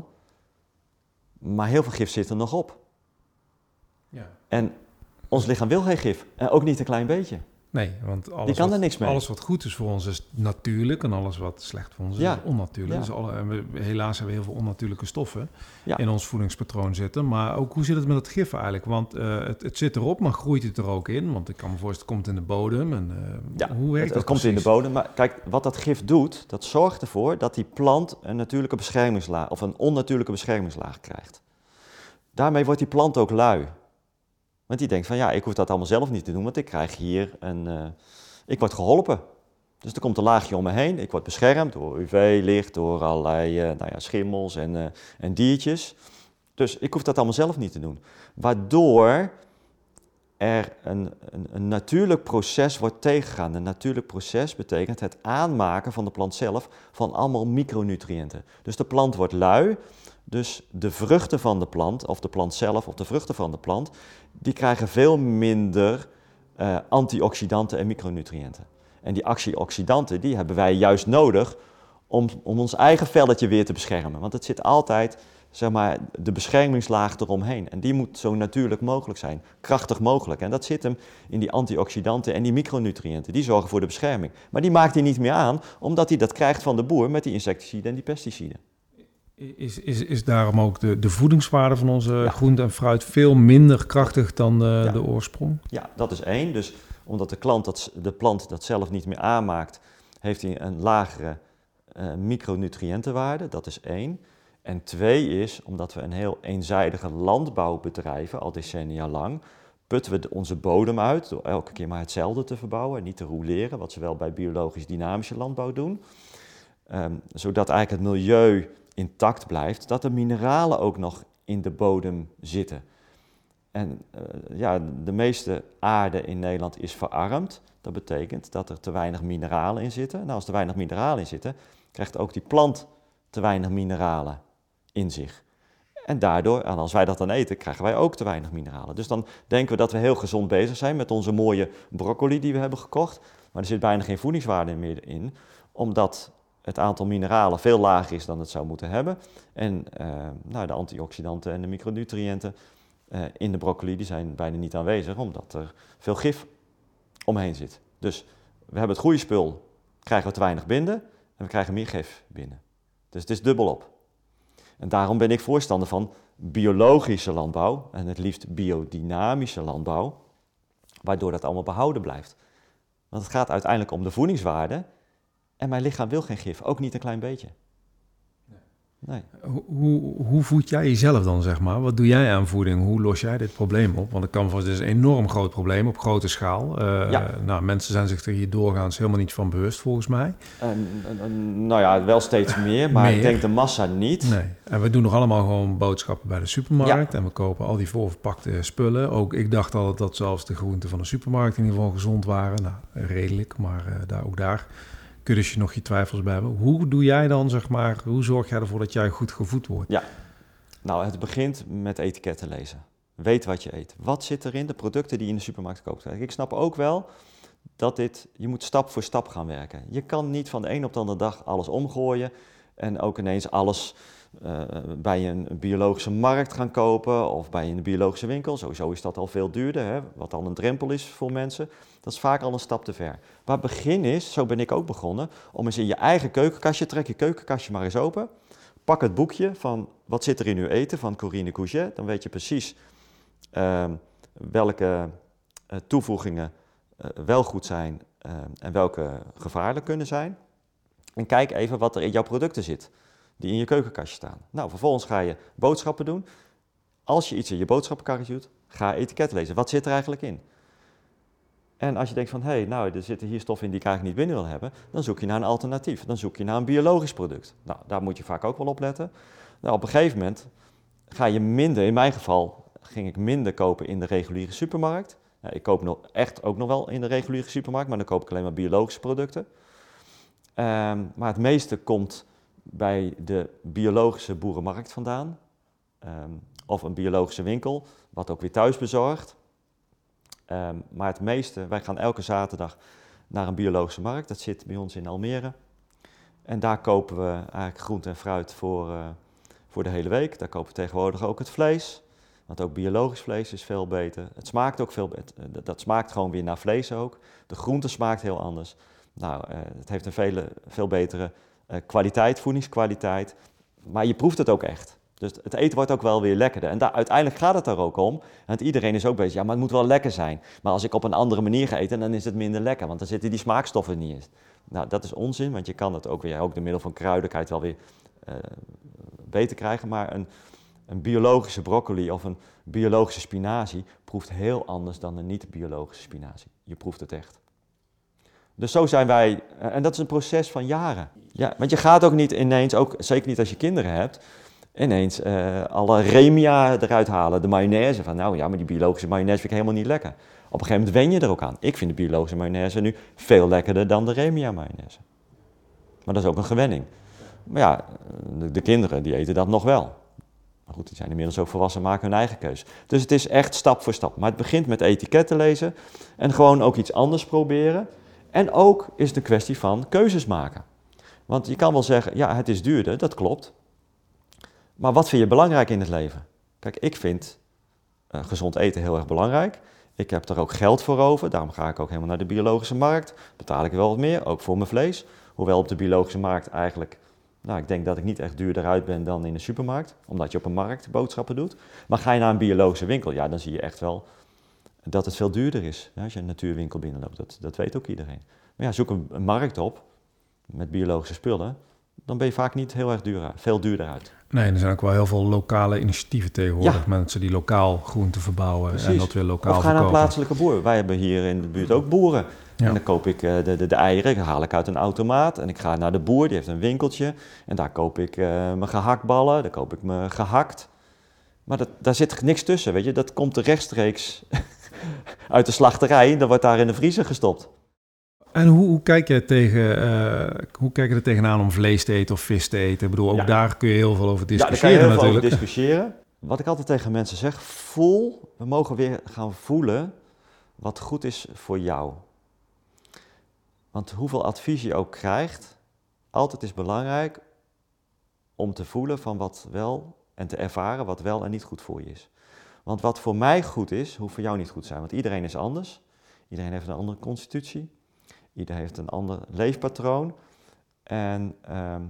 maar heel veel gif zit er nog op. Ja. En ons lichaam wil geen gif, en ook niet een klein beetje. Nee, want alles, die kan wat, er niks mee. alles wat goed is voor ons is natuurlijk en alles wat slecht voor ons is, Ja. is onnatuurlijk. Ja. Dus alle, en we, helaas hebben we heel veel onnatuurlijke stoffen Ja. in ons voedingspatroon zitten. Maar ook hoe zit het met het gif eigenlijk? Want uh, het, het zit erop, maar groeit het er ook in? Want ik kan me voorstellen, het komt in de bodem. En, uh, ja, hoe werkt het, dat het komt in de bodem. Maar kijk, wat dat gif doet, dat zorgt ervoor dat die plant een natuurlijke beschermingslaag of een onnatuurlijke beschermingslaag krijgt. Daarmee wordt die plant ook lui. Want die denkt van ja, ik hoef dat allemaal zelf niet te doen, want ik krijg hier een... Uh, ik word geholpen. Dus er komt een laagje om me heen. Ik word beschermd door U V-licht, door allerlei uh, nou ja, schimmels en, uh, en diertjes. Dus ik hoef dat allemaal zelf niet te doen. Waardoor er een, een, een natuurlijk proces wordt tegengegaan. Een natuurlijk proces betekent het aanmaken van de plant zelf van allemaal micronutriënten. Dus de plant wordt lui. Dus de vruchten van de plant, of de plant zelf, of de vruchten van de plant, die krijgen veel minder uh, antioxidanten en micronutriënten. En die antioxidanten, die hebben wij juist nodig om, om ons eigen velletje weer te beschermen. Want het zit altijd, zeg maar, de beschermingslaag eromheen. En die moet zo natuurlijk mogelijk zijn, krachtig mogelijk. En dat zit hem in die antioxidanten en die micronutriënten. Die zorgen voor de bescherming. Maar die maakt hij niet meer aan, omdat hij dat krijgt van de boer met die insecticiden en die pesticiden. Is, is, is daarom ook de, de voedingswaarde van onze ja. groente en fruit veel minder krachtig dan de, ja. de oorsprong? Ja, dat is één. Dus omdat de, klant dat, de plant dat zelf niet meer aanmaakt, heeft hij een lagere uh, micronutriëntenwaarde. Dat is één. En twee is, omdat we een heel eenzijdige landbouw bedrijven, al decennia lang, putten we de, onze bodem uit door elke keer maar hetzelfde te verbouwen en niet te rouleren, wat ze wel bij biologisch dynamische landbouw doen. Um, zodat eigenlijk het milieu intact blijft, dat de mineralen ook nog in de bodem zitten. En uh, ja, de meeste aarde in Nederland is verarmd. Dat betekent dat er te weinig mineralen in zitten. Nou, als er weinig mineralen in zitten, krijgt ook die plant te weinig mineralen in zich. En daardoor, en als wij dat dan eten, krijgen wij ook te weinig mineralen. Dus dan denken we dat we heel gezond bezig zijn met onze mooie broccoli die we hebben gekocht. Maar er zit bijna geen voedingswaarde meer in, omdat het aantal mineralen veel lager is dan het zou moeten hebben. En uh, nou, de antioxidanten en de micronutriënten uh, in de broccoli die zijn bijna niet aanwezig, omdat er veel gif omheen zit. Dus we hebben het goede spul, krijgen we te weinig binnen en we krijgen meer gif binnen. Dus het is dubbelop. En daarom ben ik voorstander van biologische landbouw en het liefst biodynamische landbouw, waardoor dat allemaal behouden blijft. Want het gaat uiteindelijk om de voedingswaarde. En mijn lichaam wil geen gif, ook niet een klein beetje. Nee. Hoe, hoe, hoe voed jij jezelf dan, zeg maar? Wat doe jij aan voeding? Hoe los jij dit probleem op? Want ik kan voor het is een enorm groot probleem op grote schaal. Uh, ja. Nou, mensen zijn zich er hier doorgaans helemaal niet van bewust, volgens mij. Uh, uh, uh, nou ja, wel steeds meer, maar meer. Ik denk de massa niet. Nee. En we doen nog allemaal gewoon boodschappen bij de supermarkt. Ja. En we kopen al die voorverpakte spullen. Ook ik dacht altijd dat zelfs de groenten van de supermarkt in ieder geval gezond waren. Nou, redelijk, maar uh, daar, ook daar kun je dus nog je twijfels bij hebben. Hoe doe jij dan, zeg maar, hoe zorg jij ervoor dat jij goed gevoed wordt? Ja, nou, het begint met etiketten lezen. Weet wat je eet. Wat zit erin? De producten die je in de supermarkt koopt. Ik snap ook wel dat dit, je moet stap voor stap gaan werken. Je kan niet van de een op de andere dag alles omgooien en ook ineens alles uh, bij een biologische markt gaan kopen of bij een biologische winkel. Sowieso is dat al veel duurder, hè? Wat al een drempel is voor mensen. Dat is vaak al een stap te ver. Maar het begin is, zo ben ik ook begonnen, om eens in je eigen keukenkastje, trek je keukenkastje maar eens open. Pak het boekje van wat zit er in uw eten van Corinne Courget. Dan weet je precies uh, welke uh, toevoegingen uh, wel goed zijn uh, en welke gevaarlijk kunnen zijn. En kijk even wat er in jouw producten zit, die in je keukenkastje staan. Nou, vervolgens ga je boodschappen doen. Als je iets in je boodschappenkarretje doet, ga etiket lezen. Wat zit er eigenlijk in? En als je denkt van, hé, hey, nou, er zitten hier stoffen in die ik eigenlijk niet binnen wil hebben, dan zoek je naar een alternatief. Dan zoek je naar een biologisch product. Nou, daar moet je vaak ook wel op letten. Nou, op een gegeven moment ga je minder, in mijn geval ging ik minder kopen in de reguliere supermarkt. Nou, ik koop nog echt ook nog wel in de reguliere supermarkt, maar dan koop ik alleen maar biologische producten. Um, maar het meeste komt bij de biologische boerenmarkt vandaan. Um, of een biologische winkel, wat ook weer thuis bezorgt. Um, maar het meeste, wij gaan elke zaterdag naar een biologische markt. Dat zit bij ons in Almere. En daar kopen we eigenlijk groente en fruit voor, uh, voor de hele week. Daar kopen we tegenwoordig ook het vlees. Want ook biologisch vlees is veel beter. Het smaakt ook veel beter. Dat smaakt gewoon weer naar vlees ook. De groente smaakt heel anders. Nou, uh, het heeft een vele, veel betere uh, kwaliteit, voedingskwaliteit. Maar je proeft het ook echt. Dus het eten wordt ook wel weer lekkerder. En daar, uiteindelijk gaat het daar ook om. Want iedereen is ook bezig, ja, maar het moet wel lekker zijn. Maar als ik op een andere manier ga eten, dan is het minder lekker. Want dan zitten die smaakstoffen niet in. Nou, dat is onzin, want je kan het ook weer, ook door middel van kruidigheid wel weer uh, beter krijgen. Maar een, een biologische broccoli of een biologische spinazie proeft heel anders dan een niet-biologische spinazie. Je proeft het echt. Dus zo zijn wij, en dat is een proces van jaren. Ja, want je gaat ook niet ineens, ook, zeker niet als je kinderen hebt, ineens uh, alle remia eruit halen, de mayonaise. Van nou ja, maar die biologische mayonaise vind ik helemaal niet lekker. Op een gegeven moment wen je er ook aan. Ik vind de biologische mayonaise nu veel lekkerder dan de remia mayonaise. Maar dat is ook een gewenning. Maar ja, de, de kinderen die eten dat nog wel. Maar goed, die zijn inmiddels ook volwassen en maken hun eigen keuze. Dus het is echt stap voor stap. Maar het begint met etiketten lezen en gewoon ook iets anders proberen. En ook is het een kwestie van keuzes maken. Want je kan wel zeggen, ja, het is duurder, dat klopt. Maar wat vind je belangrijk in het leven? Kijk, ik vind uh, gezond eten heel erg belangrijk. Ik heb er ook geld voor over, daarom ga ik ook helemaal naar de biologische markt. Betaal ik wel wat meer, ook voor mijn vlees. Hoewel op de biologische markt eigenlijk, nou, ik denk dat ik niet echt duurder uit ben dan in de supermarkt. Omdat je op een markt boodschappen doet. Maar ga je naar een biologische winkel, ja, dan zie je echt wel dat het veel duurder is. Ja, als je een natuurwinkel binnenloopt, dat, dat weet ook iedereen. Maar ja, zoek een, een markt op met biologische spullen, dan ben je vaak niet heel erg duur, veel duurder uit. Nee, er zijn ook wel heel veel lokale initiatieven tegenwoordig. Ja. Mensen die lokaal groenten verbouwen. Precies. En dat weer lokaal verkopen. Of ga naar een verkopen. plaatselijke boer. Wij hebben hier in de buurt ook boeren. Ja. En dan koop ik uh, de, de, de eieren, die haal ik uit een automaat. En ik ga naar de boer, die heeft een winkeltje. En daar koop ik uh, mijn gehaktballen, daar koop ik me gehakt. Maar dat, daar zit niks tussen, weet je. Dat komt er rechtstreeks uit de slachterij. Dan wordt daar in de vriezer gestopt. En hoe, hoe, kijk je tegen, uh, hoe kijk je er tegenaan om vlees te eten of vis te eten? Ik bedoel, ook ja. daar kun je heel veel over discussiëren ja, daar kan je heel natuurlijk. Veel over discussiëren. Wat ik altijd tegen mensen zeg, voel, we mogen weer gaan voelen wat goed is voor jou. Want hoeveel advies je ook krijgt, altijd is belangrijk om te voelen van wat wel en te ervaren wat wel en niet goed voor je is. Want wat voor mij goed is, hoeft voor jou niet goed te zijn. Want iedereen is anders. Iedereen heeft een andere constitutie. Iedereen heeft een ander leefpatroon. En um,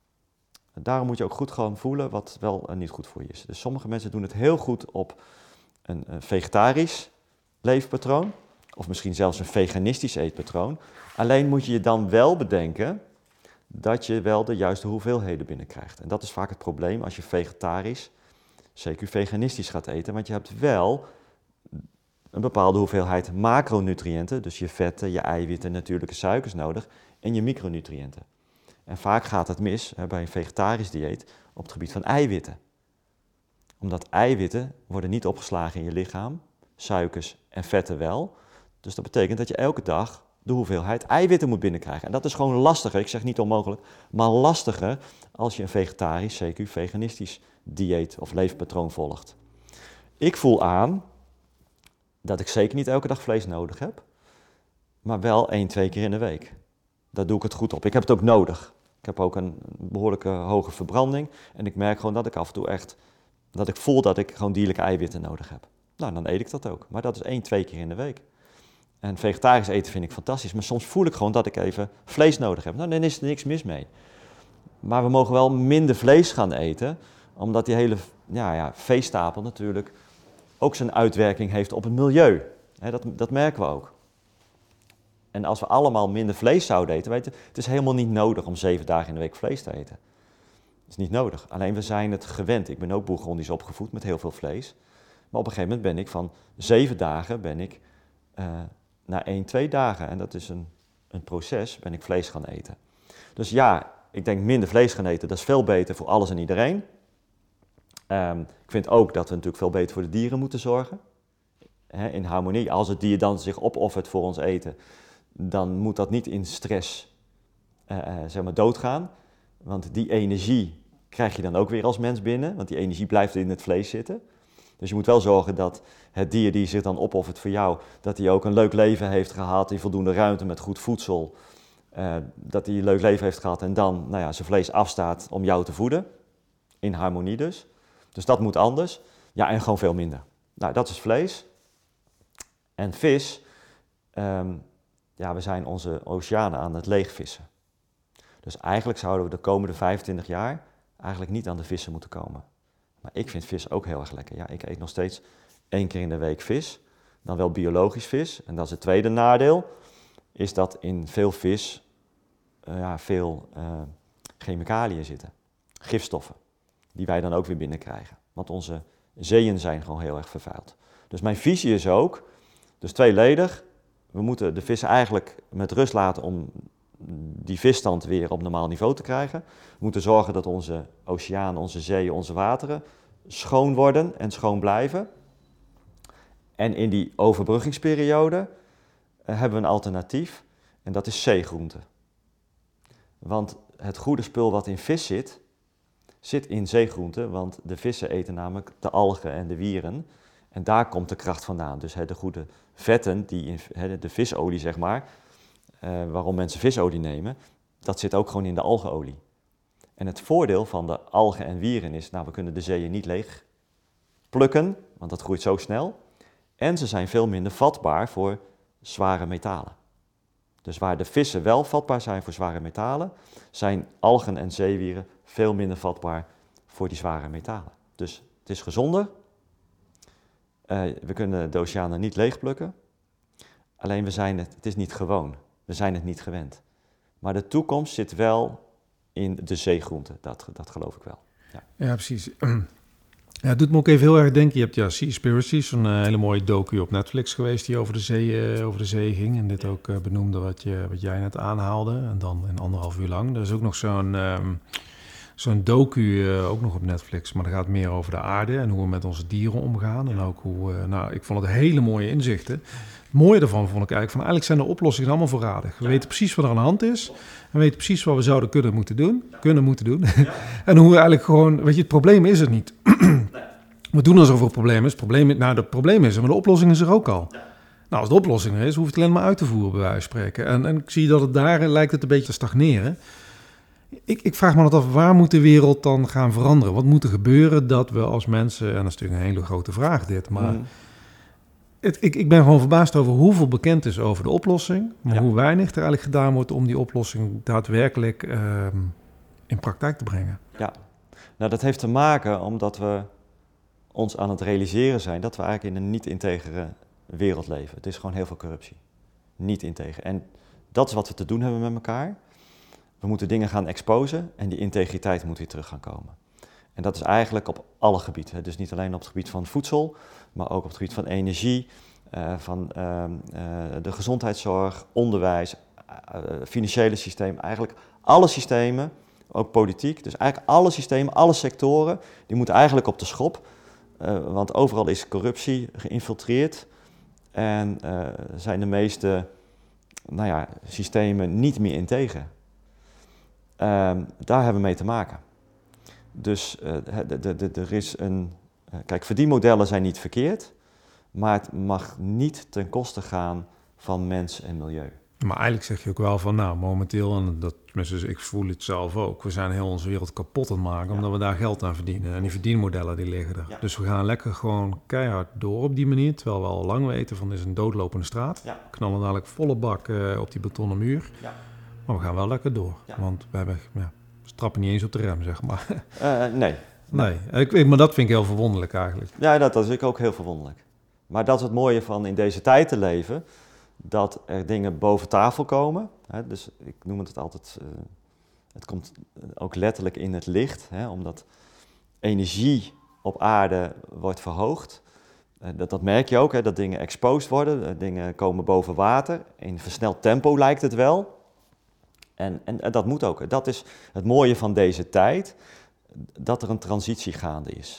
daarom moet je ook goed gewoon voelen wat wel en niet goed voor je is. Dus sommige mensen doen het heel goed op een, een vegetarisch leefpatroon. Of misschien zelfs een veganistisch eetpatroon. Alleen moet je je dan wel bedenken dat je wel de juiste hoeveelheden binnenkrijgt. En dat is vaak het probleem als je vegetarisch, zeker veganistisch gaat eten. Want je hebt wel een bepaalde hoeveelheid macronutriënten, dus je vetten, je eiwitten, natuurlijke suikers nodig en je micronutriënten. En vaak gaat het mis hè, bij een vegetarisch dieet op het gebied van eiwitten. Omdat eiwitten worden niet opgeslagen in je lichaam, suikers en vetten wel. Dus dat betekent dat je elke dag de hoeveelheid eiwitten moet binnenkrijgen. En dat is gewoon lastiger, ik zeg niet onmogelijk, maar lastiger als je een vegetarisch, C Q veganistisch dieet of leefpatroon volgt. Ik voel aan dat ik zeker niet elke dag vlees nodig heb, maar wel één, twee keer in de week. Daar doe ik het goed op. Ik heb het ook nodig. Ik heb ook een behoorlijke hoge verbranding en ik merk gewoon dat ik af en toe echt, dat ik voel dat ik gewoon dierlijke eiwitten nodig heb. Nou, dan eet ik dat ook. Maar dat is één, twee keer in de week. En vegetarisch eten vind ik fantastisch, maar soms voel ik gewoon dat ik even vlees nodig heb. Nou, dan is er niks mis mee. Maar we mogen wel minder vlees gaan eten, omdat die hele ja, ja, veestapel natuurlijk ook zijn uitwerking heeft op het milieu. He, dat, dat merken we ook. En als we allemaal minder vlees zouden eten, weet je, het is helemaal niet nodig om zeven dagen in de week vlees te eten. Dat is niet nodig. Alleen we zijn het gewend. Ik ben ook Bourgondisch opgevoed met heel veel vlees. Maar op een gegeven moment ben ik van zeven dagen ben ik uh, na één, twee dagen, en dat is een, een proces, ben ik vlees gaan eten. Dus ja, ik denk minder vlees gaan eten, dat is veel beter voor alles en iedereen. Um, ik vind ook dat we natuurlijk veel beter voor de dieren moeten zorgen. He, in harmonie. Als het dier dan zich opoffert voor ons eten, dan moet dat niet in stress uh, uh, zeg maar doodgaan. Want die energie krijg je dan ook weer als mens binnen, want die energie blijft in het vlees zitten. Dus je moet wel zorgen dat het dier die zich dan opoffert voor jou, dat hij ook een leuk leven heeft gehad in voldoende ruimte met goed voedsel. Uh, dat hij een leuk leven heeft gehad en dan nou ja, zijn vlees afstaat om jou te voeden. In harmonie dus. Dus dat moet anders. Ja, en gewoon veel minder. Nou, dat is vlees. En vis, um, ja, we zijn onze oceanen aan het leegvissen. Dus eigenlijk zouden we de komende vijfentwintig jaar eigenlijk niet aan de vissen moeten komen. Maar ik vind vis ook heel erg lekker. Ja, ik eet nog steeds één keer in de week vis. Dan wel biologisch vis. En dat is het tweede nadeel. Is dat in veel vis uh, ja, veel uh, chemicaliën zitten. Gifstoffen. Die wij dan ook weer binnenkrijgen. Want onze zeeën zijn gewoon heel erg vervuild. Dus mijn visie is ook, dus tweeledig. We moeten de vissen eigenlijk met rust laten om die visstand weer op normaal niveau te krijgen. We moeten zorgen dat onze oceanen, onze zeeën, onze wateren schoon worden en schoon blijven. En in die overbruggingsperiode uh, hebben we een alternatief en dat is zeegroente. Want het goede spul wat in vis zit, zit in zeegroente, want de vissen eten namelijk de algen en de wieren. En daar komt de kracht vandaan. Dus he, de goede vetten, die in, he, de visolie zeg maar, uh, waarom mensen visolie nemen, dat zit ook gewoon in de algenolie. En het voordeel van de algen en wieren is, nou we kunnen de zeeën niet leeg plukken, want dat groeit zo snel. En ze zijn veel minder vatbaar voor zware metalen. Dus waar de vissen wel vatbaar zijn voor zware metalen, zijn algen en zeewieren veel minder vatbaar voor die zware metalen. Dus het is gezonder. Uh, we kunnen de oceanen niet leegplukken. Alleen we zijn het, het is niet gewoon. We zijn het niet gewend. Maar de toekomst zit wel in de zeegroenten. Dat, dat geloof ik wel. Ja, ja precies. Ja, het doet me ook even heel erg denken. Je hebt ja Seaspiracy, zo'n uh, hele mooie docu op Netflix geweest die over de zee, uh, over de zee ging. En dit ook uh, benoemde wat, je, wat jij net aanhaalde. En dan in anderhalf uur lang. Er is ook nog zo'n, um, zo'n docu, uh, ook nog op Netflix. Maar dat gaat meer over de aarde en hoe we met onze dieren omgaan. En ook hoe, uh, nou, ik vond het hele mooie inzichten. Het mooie daarvan vond ik eigenlijk van eigenlijk zijn de oplossingen allemaal voorradig. We ja. weten precies wat er aan de hand is. We weten precies wat we zouden kunnen moeten doen. Kunnen moeten doen. Ja. En hoe we eigenlijk gewoon, weet je, het probleem is het niet. We doen alsof er een probleem is. Het probleem, nou, het probleem is er, maar de oplossing is er ook al. Ja. Nou, als de oplossing er is, hoef je het alleen maar uit te voeren, bij wijze van spreken. En, en ik zie dat het daar lijkt het een beetje te stagneren. Ik, ik vraag me altijd af, waar moet de wereld dan gaan veranderen? Wat moet er gebeuren dat we als mensen, en dat is natuurlijk een hele grote vraag dit, maar mm. het, ik, ik ben gewoon verbaasd over hoeveel bekend is over de oplossing, maar ja. hoe weinig er eigenlijk gedaan wordt om die oplossing daadwerkelijk uh, in praktijk te brengen. Ja, nou dat heeft te maken omdat we ons aan het realiseren zijn dat we eigenlijk in een niet-integere wereld leven. Het is gewoon heel veel corruptie. Niet integer. En dat is wat we te doen hebben met elkaar. We moeten dingen gaan exposen en die integriteit moet weer terug gaan komen. En dat is eigenlijk op alle gebieden. Dus niet alleen op het gebied van voedsel, maar ook op het gebied van energie, uh, van uh, uh, de gezondheidszorg, onderwijs, uh, financiële systeem. Eigenlijk alle systemen, ook politiek. Dus eigenlijk alle systemen, alle sectoren, die moeten eigenlijk op de schop. Uh, want overal is corruptie geïnfiltreerd en uh, zijn de meeste nou ja, systemen niet meer integer. Uh, daar hebben we mee te maken. Dus uh, de, de, de, er is een... Uh, kijk, verdienmodellen zijn niet verkeerd, maar het mag niet ten koste gaan van mens en milieu. Maar eigenlijk zeg je ook wel van, nou, momenteel, en dat, tenminste, ik voel het zelf ook, we zijn heel onze wereld kapot aan het maken, ja. omdat we daar geld aan verdienen. En die verdienmodellen, die liggen er. Ja. Dus we gaan lekker gewoon keihard door op die manier, terwijl we al lang weten van, dit is een doodlopende straat. Ja. Knallen dadelijk volle bak uh, op die betonnen muur. Ja. Maar we gaan wel lekker door, ja. want we hebben, ja, we trappen niet eens op de rem, zeg maar. Uh, nee. Nee, ik, maar dat vind ik heel verwonderlijk eigenlijk. Ja, dat, dat is ik ook heel verwonderlijk. Maar dat is het mooie van in deze tijd te leven, dat er dingen boven tafel komen. Hè, dus ik noem het altijd, uh, het komt ook letterlijk in het licht, hè, omdat energie op aarde wordt verhoogd. Uh, dat, dat merk je ook, hè, dat dingen exposed worden, uh, dingen komen boven water. In versneld tempo lijkt het wel. En, en, en dat moet ook. Dat is het mooie van deze tijd, dat er een transitie gaande is.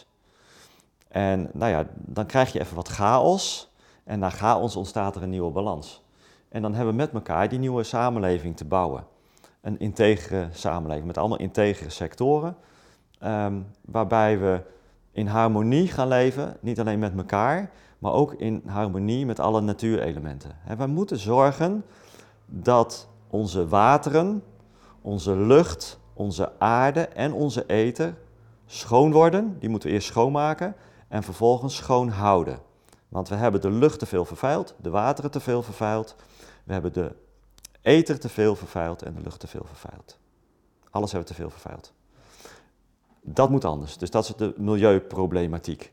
En nou ja, dan krijg je even wat chaos. En na chaos ontstaat er een nieuwe balans. En dan hebben we met elkaar die nieuwe samenleving te bouwen. Een integere samenleving met allemaal integere sectoren. Um, waarbij we in harmonie gaan leven, niet alleen met elkaar, maar ook in harmonie met alle natuurelementen. En we moeten zorgen dat onze wateren, onze lucht, onze aarde en onze ether schoon worden. Die moeten we eerst schoonmaken. en vervolgens schoon houden. Want we hebben de lucht te veel vervuild, de wateren te veel vervuild, we hebben de ether te veel vervuild en de lucht te veel vervuild. Alles hebben we te veel vervuild. Dat moet anders. Dus dat is de milieuproblematiek.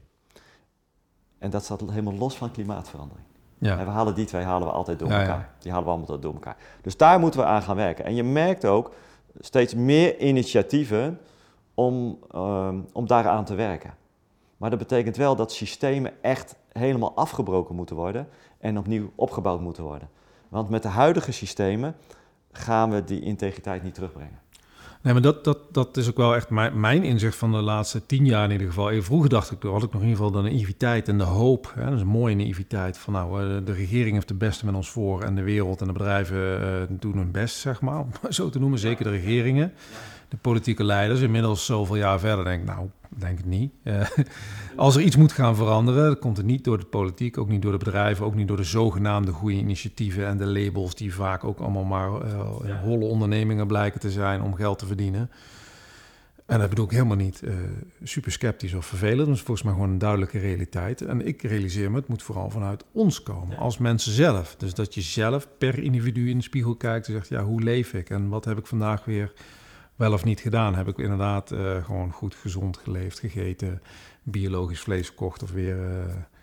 En dat staat helemaal los van klimaatverandering. Ja. En we halen die twee halen we altijd door Ja, elkaar. ja. Die halen we allemaal door elkaar. Dus daar moeten we aan gaan werken. En je merkt ook steeds meer initiatieven om, um, om daaraan te werken. Maar dat betekent wel dat systemen echt helemaal afgebroken moeten worden en opnieuw opgebouwd moeten worden. Want met de huidige systemen gaan we die integriteit niet terugbrengen. Nee, maar dat, dat, dat is ook wel echt mijn, mijn inzicht van de laatste tien jaar in ieder geval. Even vroeger dacht ik, had ik nog in ieder geval de naïviteit en de hoop. Hè, dat is een mooie naïviteit van nou, de regering heeft het beste met ons voor en de wereld en de bedrijven uh, doen hun best, zeg maar. Om zo te noemen, zeker de regeringen. De politieke leiders, inmiddels zoveel jaar verder, denk ik, nou, denk ik niet. Uh, als er iets moet gaan veranderen, dan komt het niet door de politiek, ook niet door de bedrijven, ook niet door de zogenaamde goede initiatieven en de labels die vaak ook allemaal maar uh, holle ondernemingen blijken te zijn om geld te verdienen. En dat bedoel ik helemaal niet uh, super sceptisch of vervelend. Dat is volgens mij gewoon een duidelijke realiteit. En ik realiseer me, het moet vooral vanuit ons komen, als mensen zelf. Dus dat je zelf per individu in de spiegel kijkt en zegt, ja, hoe leef ik en wat heb ik vandaag weer wel of niet gedaan? Heb ik inderdaad uh, gewoon goed gezond geleefd, gegeten, biologisch vlees gekocht of weer... Uh...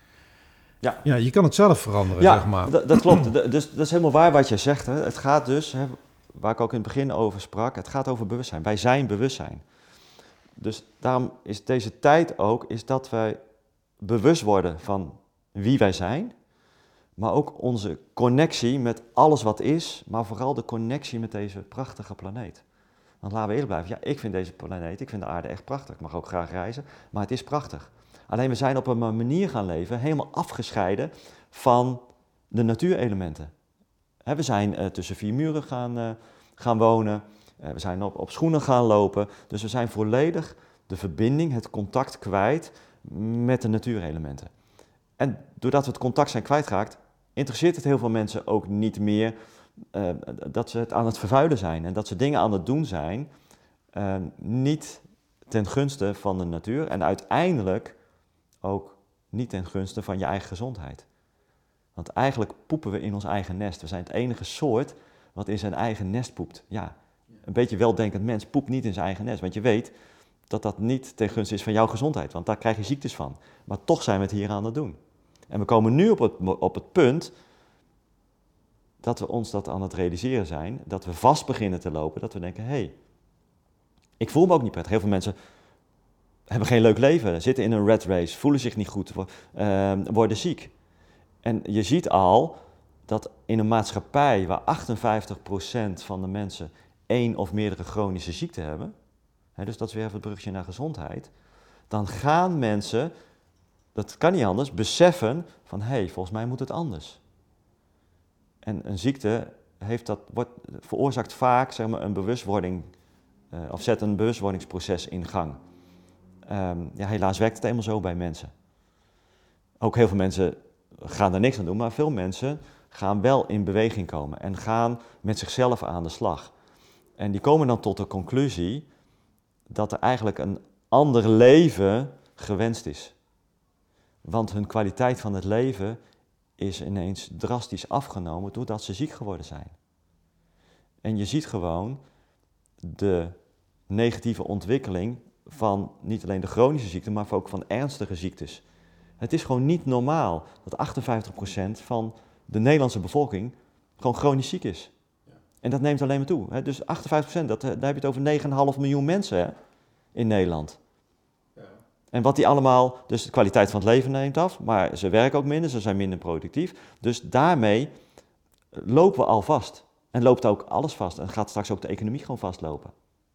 Ja. ja, je kan het zelf veranderen, ja, zeg maar. D- dat klopt. D- dus dat is helemaal waar wat je zegt. Hè. Het gaat dus, hè, waar ik ook in het begin over sprak, het gaat over bewustzijn. Wij zijn bewustzijn. Dus daarom is deze tijd ook, is dat wij bewust worden van wie wij zijn, maar ook onze connectie met alles wat is, maar vooral de connectie met deze prachtige planeet. Want laten we eerlijk blijven, ja, ik vind deze planeet, ik vind de aarde echt prachtig. Ik mag ook graag reizen, maar het is prachtig. Alleen we zijn op een manier gaan leven, helemaal afgescheiden van de natuurelementen. He, we zijn uh, tussen vier muren gaan, uh, gaan wonen, uh, we zijn op, op schoenen gaan lopen. Dus we zijn volledig de verbinding, het contact kwijt met de natuurelementen. En doordat we het contact zijn kwijtgeraakt, interesseert het heel veel mensen ook niet meer uh, dat ze het aan het vervuilen zijn. En dat ze dingen aan het doen zijn, uh, niet ten gunste van de natuur en uiteindelijk ook niet ten gunste van je eigen gezondheid. Want eigenlijk poepen we in ons eigen nest. We zijn het enige soort wat in zijn eigen nest poept. Ja, een beetje weldenkend mens poept niet in zijn eigen nest. Want je weet dat dat niet ten gunste is van jouw gezondheid. Want daar krijg je ziektes van. Maar toch zijn we het hier aan het doen. En we komen nu op het, op het punt dat we ons dat aan het realiseren zijn. Dat we vast beginnen te lopen. Dat we denken, hé, hey, ik voel me ook niet prettig. Heel veel mensen hebben geen leuk leven. Zitten in een rat race. Voelen zich niet goed. Uh, worden ziek. En je ziet al dat in een maatschappij waar achtenvijftig procent van de mensen één of meerdere chronische ziekten hebben, hè, dus dat is weer even het brugje naar gezondheid, dan gaan mensen, dat kan niet anders, beseffen van hé, hey, volgens mij moet het anders. En een ziekte heeft dat, wordt, veroorzaakt vaak zeg maar, een bewustwording, uh, of zet een bewustwordingsproces in gang. Um, ja, helaas werkt het eenmaal zo bij mensen. Ook heel veel mensen gaan er niks aan doen, maar veel mensen gaan wel in beweging komen en gaan met zichzelf aan de slag. En die komen dan tot de conclusie dat er eigenlijk een ander leven gewenst is. Want hun kwaliteit van het leven is ineens drastisch afgenomen doordat ze ziek geworden zijn. En je ziet gewoon de negatieve ontwikkeling van niet alleen de chronische ziekten, maar ook van ernstige ziektes. Het is gewoon niet normaal dat achtenvijftig procent van de Nederlandse bevolking gewoon chronisch ziek is. Ja. En dat neemt alleen maar toe. Hè? Dus achtenvijftig procent, dat, daar heb je het over negen komma vijf miljoen mensen hè, in Nederland. Ja. En wat die allemaal, dus de kwaliteit van het leven neemt af, maar ze werken ook minder, ze zijn minder productief. Dus daarmee lopen we al vast. En loopt ook alles vast. En gaat straks ook de economie gewoon vastlopen.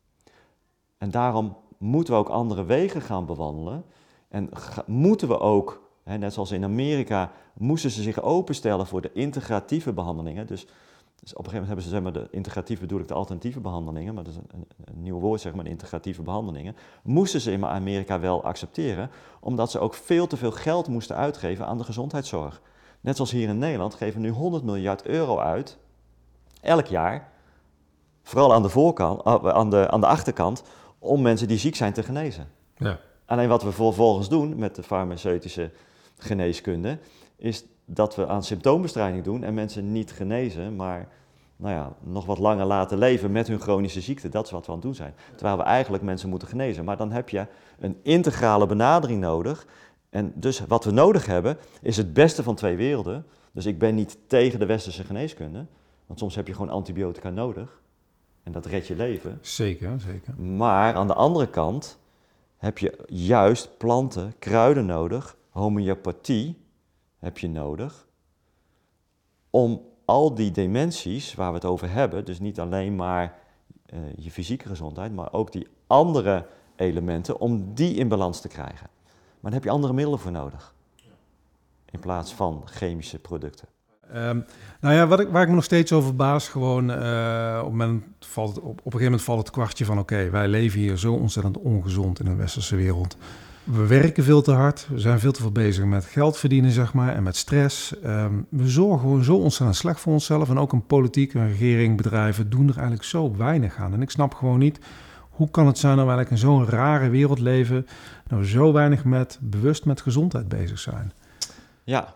En daarom moeten we ook andere wegen gaan bewandelen. En ga, moeten we ook, hè, net zoals in Amerika, moesten ze zich openstellen voor de integratieve behandelingen. Dus, dus op een gegeven moment hebben ze, zeg maar, de integratieve bedoel ik de alternatieve behandelingen, maar dat is een, een nieuw woord, zeg maar, de integratieve behandelingen. Moesten ze in Amerika wel accepteren, omdat ze ook veel te veel geld moesten uitgeven aan de gezondheidszorg. Net zoals hier in Nederland geven we nu honderd miljard euro uit, elk jaar, vooral aan de voorkant, aan de, aan de achterkant, om mensen die ziek zijn te genezen. Ja. Alleen wat we vervolgens doen met de farmaceutische geneeskunde, is dat we aan symptoombestrijding doen en mensen niet genezen, maar nou ja, nog wat langer laten leven met hun chronische ziekte. Dat is wat we aan het doen zijn. Terwijl we eigenlijk mensen moeten genezen. Maar dan heb je een integrale benadering nodig. En dus wat we nodig hebben, is het beste van twee werelden. Dus ik ben niet tegen de westerse geneeskunde, want soms heb je gewoon antibiotica nodig. En dat redt je leven. Zeker, zeker. Maar aan de andere kant heb je juist planten, kruiden nodig, homeopathie heb je nodig, om al die dimensies waar we het over hebben, dus niet alleen maar uh, je fysieke gezondheid, maar ook die andere elementen, om die in balans te krijgen. Maar daar heb je andere middelen voor nodig, in plaats van chemische producten. Um, nou ja, wat ik, waar ik me nog steeds over verbaas, gewoon uh, op, moment valt, op, op een gegeven moment valt het kwartje van oké, okay, wij leven hier zo ontzettend ongezond in de westerse wereld. We werken veel te hard, we zijn veel te veel bezig met geld verdienen, zeg maar, en met stress. Um, we zorgen gewoon zo ontzettend slecht voor onszelf en ook een politiek, een regering, bedrijven doen er eigenlijk zo weinig aan. En ik snap gewoon niet, hoe kan het zijn dat we eigenlijk in zo'n rare wereld leven, nou zo weinig met, bewust met gezondheid bezig zijn? Ja.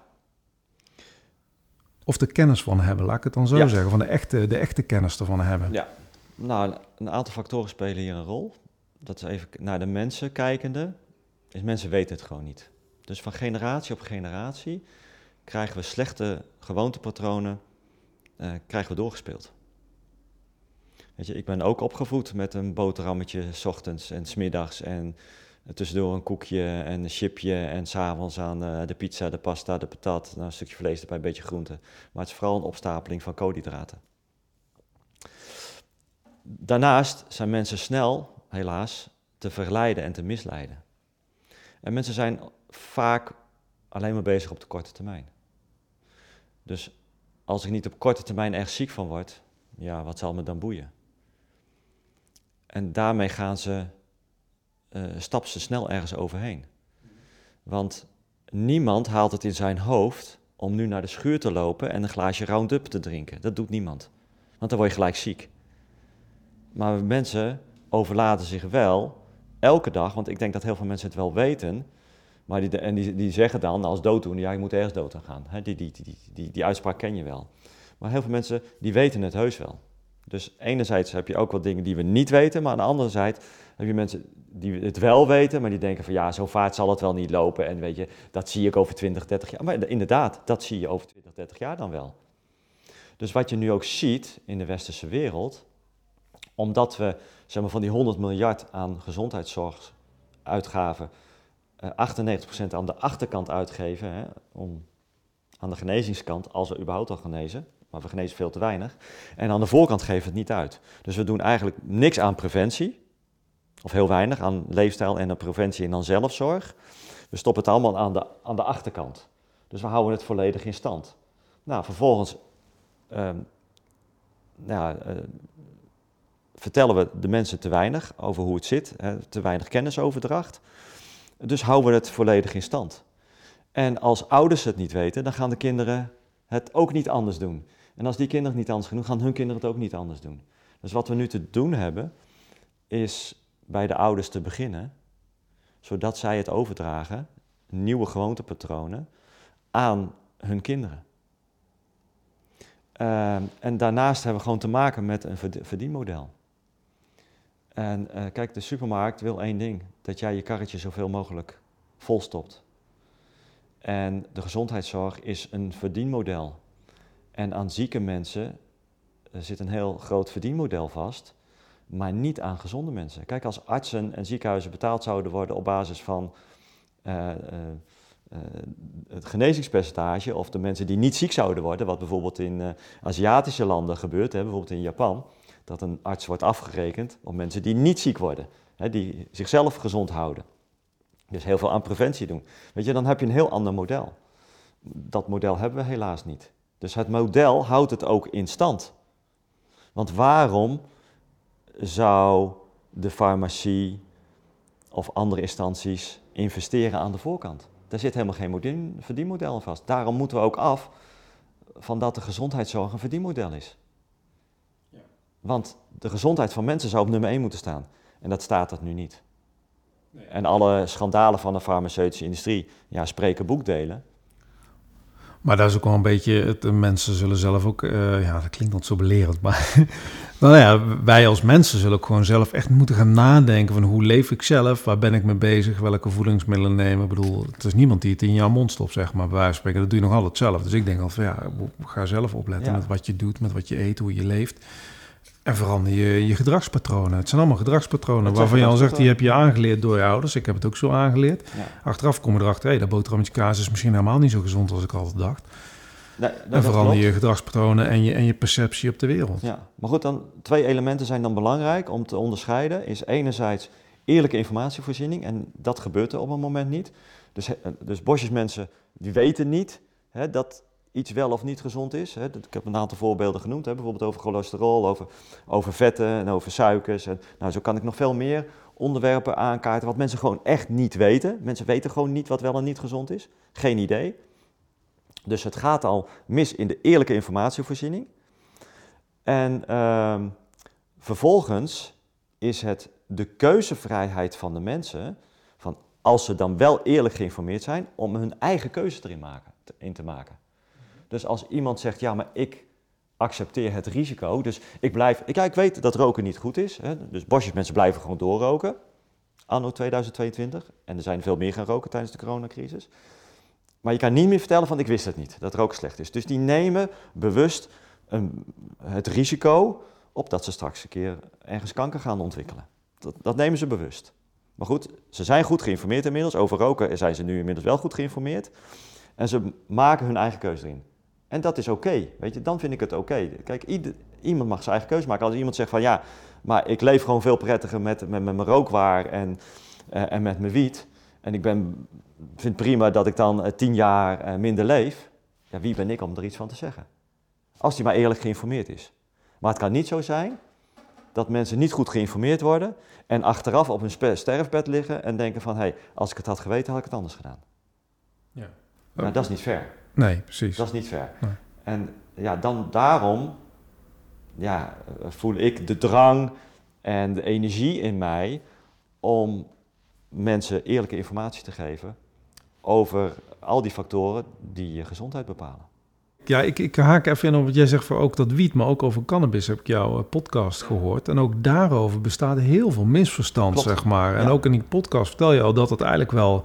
Of de kennis van hebben, laat ik het dan zo ja. zeggen, van de echte, de echte kennis ervan hebben. Ja, nou, een aantal factoren spelen hier een rol. Dat is even naar de mensen kijkende. Is mensen weten het gewoon niet. Dus van generatie op generatie krijgen we slechte gewoontepatronen uh, krijgen we doorgespeeld. Weet je, ik ben ook opgevoed met een boterhammetje 's ochtends en 's middags en tussendoor een koekje en een chipje en 's avonds aan uh, de pizza, de pasta, de patat, nou, een stukje vlees erbij, een beetje groente. Maar het is vooral een opstapeling van koolhydraten. Daarnaast zijn mensen snel, helaas, te verleiden en te misleiden. En mensen zijn vaak alleen maar bezig op de korte termijn. Dus als ik niet op korte termijn erg ziek van word, ja, wat zal me dan boeien? En daarmee gaan ze, uh, stappen ze snel ergens overheen. Want niemand haalt het in zijn hoofd om nu naar de schuur te lopen en een glaasje Roundup te drinken. Dat doet niemand, want dan word je gelijk ziek. Maar mensen overladen zich wel elke dag, want ik denk dat heel veel mensen het wel weten, maar die, en die, die zeggen dan als dooddoener, ja, je moet ergens dood aan gaan. He, die, die, die, die, die uitspraak ken je wel. Maar heel veel mensen, die weten het heus wel. Dus enerzijds heb je ook wat dingen die we niet weten, maar aan de andere zijde heb je mensen die het wel weten, maar die denken van ja, zo vaart zal het wel niet lopen. En weet je, dat zie ik over twintig, dertig jaar. Maar inderdaad, dat zie je over twintig, dertig jaar dan wel. Dus wat je nu ook ziet in de westerse wereld, omdat we zeg maar, van die honderd miljard aan gezondheidszorguitgaven uh, achtennegentig procent aan de achterkant uitgeven, hè, om, aan de genezingskant, als we überhaupt al genezen, maar we genezen veel te weinig. En aan de voorkant geven we het niet uit. Dus we doen eigenlijk niks aan preventie, of heel weinig, aan leefstijl en aan preventie en dan zelfzorg. We stoppen het allemaal aan de, aan de achterkant. Dus we houden het volledig in stand. Nou, vervolgens um, nou, uh, vertellen we de mensen te weinig over hoe het zit, hè, te weinig kennisoverdracht. Dus houden we het volledig in stand. En als ouders het niet weten, dan gaan de kinderen het ook niet anders doen. En als die kinderen het niet anders gaan doen, gaan hun kinderen het ook niet anders doen. Dus wat we nu te doen hebben, is bij de ouders te beginnen, zodat zij het overdragen, nieuwe gewoontepatronen, aan hun kinderen. Uh, en daarnaast hebben we gewoon te maken met een verdienmodel. En uh, kijk, de supermarkt wil één ding, dat jij je karretje zoveel mogelijk volstopt. En de gezondheidszorg is een verdienmodel. En aan zieke mensen uh, zit een heel groot verdienmodel vast, maar niet aan gezonde mensen. Kijk, als artsen en ziekenhuizen betaald zouden worden op basis van uh, uh, uh, het genezingspercentage of de mensen die niet ziek zouden worden, wat bijvoorbeeld in uh, Aziatische landen gebeurt, hè, bijvoorbeeld in Japan, dat een arts wordt afgerekend op mensen die niet ziek worden, hè, die zichzelf gezond houden. Dus heel veel aan preventie doen. Weet je, dan heb je een heel ander model. Dat model hebben we helaas niet. Dus het model houdt het ook in stand. Want waarom zou de farmacie of andere instanties investeren aan de voorkant? Daar zit helemaal geen verdienmodel aan vast. Daarom moeten we ook af van dat de gezondheidszorg een verdienmodel is. Want de gezondheid van mensen zou op nummer één moeten staan. En dat staat er nu niet. Nee. En alle schandalen van de farmaceutische industrie ja, spreken boekdelen. Maar dat is ook wel een beetje, het, de mensen zullen zelf ook, uh, ja, dat klinkt dan zo belerend, maar nou ja, wij als mensen zullen ook gewoon zelf echt moeten gaan nadenken van hoe leef ik zelf, waar ben ik mee bezig, welke voedingsmiddelen nemen. Ik bedoel, het is niemand die het in jouw mond stopt, zeg maar, bij wijze van spreken. Dat doe je nog altijd zelf. Dus ik denk altijd van ja, ga zelf opletten ja. met wat je doet, met wat je eet, hoe je leeft. En verander je, je gedragspatronen. Het zijn allemaal gedragspatronen waarvan je al zegt, die heb je aangeleerd door je ouders. Ik heb het ook zo aangeleerd. Ja. Achteraf kom je erachter, hey, dat boterhammetje kaas is misschien helemaal niet zo gezond als ik altijd dacht. Nee, nee, en verander je gedragspatronen en je, en je perceptie op de wereld. Ja, maar goed, dan twee elementen zijn dan belangrijk om te onderscheiden. Is enerzijds eerlijke informatievoorziening en dat gebeurt er op een moment niet. Dus, dus bosjesmensen die weten niet hè, dat iets wel of niet gezond is. Hè. Ik heb een aantal voorbeelden genoemd, hè, bijvoorbeeld over cholesterol, over, over vetten en over suikers. En, nou, zo kan ik nog veel meer onderwerpen aankaarten wat mensen gewoon echt niet weten. Mensen weten gewoon niet wat wel en niet gezond is. Geen idee. Dus het gaat al mis in de eerlijke informatievoorziening. En uh, vervolgens is het de keuzevrijheid van de mensen, van als ze dan wel eerlijk geïnformeerd zijn, om hun eigen keuze erin maken, in te maken. Dus als iemand zegt, ja, maar ik accepteer het risico, dus ik blijf, ik, ja, ik weet dat roken niet goed is, hè, dus bosjesmensen blijven gewoon doorroken, anno tweeduizend tweeëntwintig, en er zijn veel meer gaan roken tijdens de coronacrisis. Maar je kan niet meer vertellen van, ik wist het niet, dat roken slecht is. Dus die nemen bewust een, het risico op dat ze straks een keer ergens kanker gaan ontwikkelen. Dat, dat nemen ze bewust. Maar goed, ze zijn goed geïnformeerd inmiddels, over roken zijn ze nu inmiddels wel goed geïnformeerd. En ze maken hun eigen keuze erin. En dat is oké, okay, weet je, dan vind ik het oké. Okay. Kijk, ieder, iemand mag zijn eigen keuze maken. Als iemand zegt van ja, maar ik leef gewoon veel prettiger met, met, met mijn rookwaar en, uh, en met mijn wiet. En ik ben, vind prima dat ik dan uh, tien jaar uh, minder leef. Ja, wie ben ik om er iets van te zeggen? Als die maar eerlijk geïnformeerd is. Maar het kan niet zo zijn dat mensen niet goed geïnformeerd worden en achteraf op hun sterfbed liggen en denken van hé, hey, als ik het had geweten had ik het anders gedaan. Ja. Nou, dat is niet fair. Nee, precies. Dat is niet fair. Nee. En ja, dan daarom ja, voel ik de drang en de energie in mij om mensen eerlijke informatie te geven over al die factoren die je gezondheid bepalen. Ja, ik, ik haak even in op wat jij zegt voor ook dat wiet, maar ook over cannabis heb ik jouw podcast gehoord. En ook daarover bestaat heel veel misverstand, Klopt. zeg maar. En ja. ook in die podcast vertel je al dat het eigenlijk wel,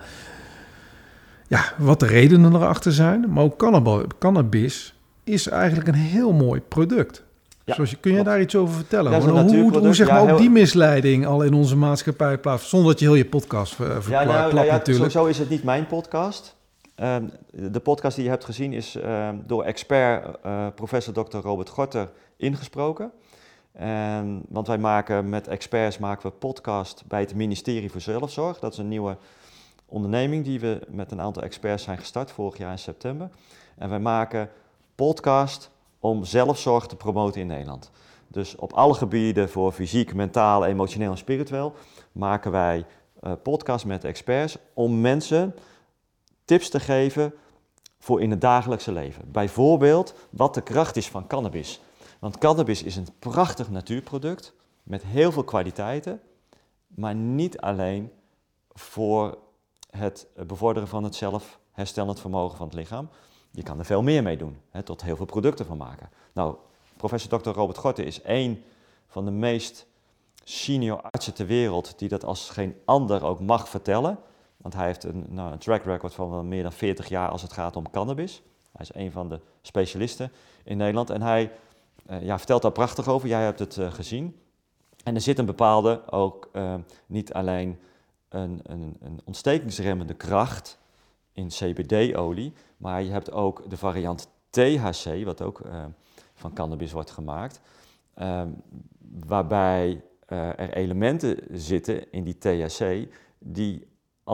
ja, wat de redenen erachter zijn. Maar ook cannabis is eigenlijk een heel mooi product. Ja, Zoals je, kun je daar iets over vertellen? Ja, hoe, hoe, hoe zeg maar ja, ook heel... die misleiding al in onze maatschappij plaatsvindt, zonder dat je heel je podcast ver, verklaart, ja, nou, nou, ja, natuurlijk. Zo, zo is het niet mijn podcast. Um, de podcast die je hebt gezien is um, door expert uh, professor dokter Robert Gorter ingesproken. Um, want wij maken met experts maken we podcast bij het ministerie voor Zelfzorg. Dat is een nieuwe onderneming die we met een aantal experts zijn gestart vorig jaar in september. En wij maken podcast om zelfzorg te promoten in Nederland. Dus op alle gebieden voor fysiek, mentaal, emotioneel en spiritueel maken wij uh, podcasts met experts om mensen tips te geven voor in het dagelijkse leven. Bijvoorbeeld wat de kracht is van cannabis. Want cannabis is een prachtig natuurproduct met heel veel kwaliteiten, maar niet alleen voor het bevorderen van het zelfherstellend vermogen van het lichaam. Je kan er veel meer mee doen, hè, tot heel veel producten van maken. Nou, professor dokter Robert Gorter is één van de meest senior artsen ter wereld die dat als geen ander ook mag vertellen. Want hij heeft een, nou, een track record van wel meer dan veertig jaar als het gaat om cannabis. Hij is een van de specialisten in Nederland en hij uh, ja, vertelt daar prachtig over. Jij hebt het uh, gezien. En er zit een bepaalde, ook uh, niet alleen een, een, een ontstekingsremmende kracht in C B D-olie, maar je hebt ook de variant T H C, wat ook uh, van cannabis wordt gemaakt, uh, waarbij uh, er elementen zitten in die T H C die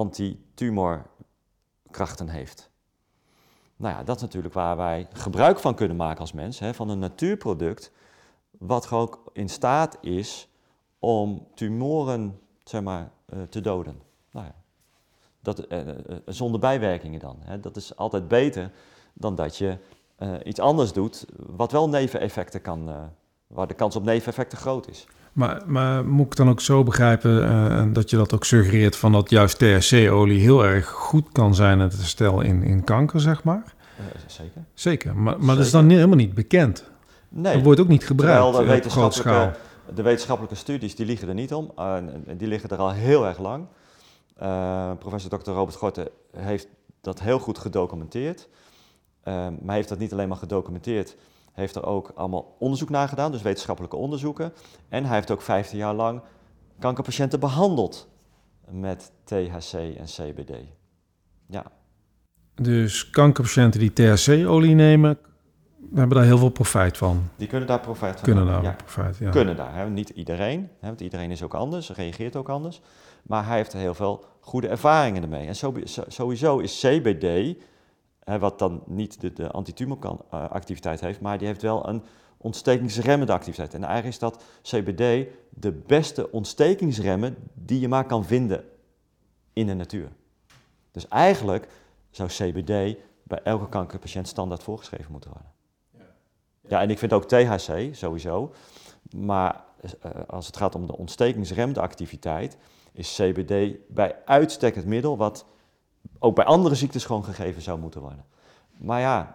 anti-tumorkrachten heeft. Nou ja, dat is natuurlijk waar wij gebruik van kunnen maken als mens, hè, van een natuurproduct wat gewoon in staat is om tumoren, zeg maar, uh, te doden. Nou ja, dat, uh, uh, zonder bijwerkingen dan. Hè. Dat is altijd beter dan dat je uh, iets anders doet wat wel neveneffecten kan, uh, waar de kans op neveneffecten groot is. Maar, maar moet ik dan ook zo begrijpen uh, dat je dat ook suggereert van dat juist T H C-olie heel erg goed kan zijn het herstel in, in kanker, zeg maar? Uh, zeker. Zeker, maar, maar dat is dan niet, helemaal niet bekend. Nee. Dat wordt ook niet gebruikt de op grote schaal. De wetenschappelijke studies die liegen er niet om. Uh, die liggen er al heel erg lang. Uh, professor dokter Robert Gorten heeft dat heel goed gedocumenteerd. Uh, maar heeft dat niet alleen maar gedocumenteerd, heeft er ook allemaal onderzoek naar gedaan, dus wetenschappelijke onderzoeken. En hij heeft ook vijftien jaar lang kankerpatiënten behandeld met T H C en C B D. Ja. Dus kankerpatiënten die T H C-olie nemen, hebben daar heel veel profijt van. Die kunnen daar profijt van kunnen hebben. Daar ja. profijt, ja. Kunnen daar. Hè. Niet iedereen, hè, want iedereen is ook anders, reageert ook anders. Maar hij heeft er heel veel goede ervaringen ermee. En sowieso is C B D, hè, wat dan niet de, de antitumoractiviteit heeft, maar die heeft wel een ontstekingsremmende activiteit. En eigenlijk is dat C B D de beste ontstekingsremmen die je maar kan vinden in de natuur. Dus eigenlijk zou C B D bij elke kankerpatiënt standaard voorgeschreven moeten worden. Ja, ja. ja en ik vind ook T H C sowieso, maar uh, als het gaat om de ontstekingsremmende activiteit, is C B D bij uitstek het middel wat ook bij andere ziektes gewoon gegeven zou moeten worden. Maar ja,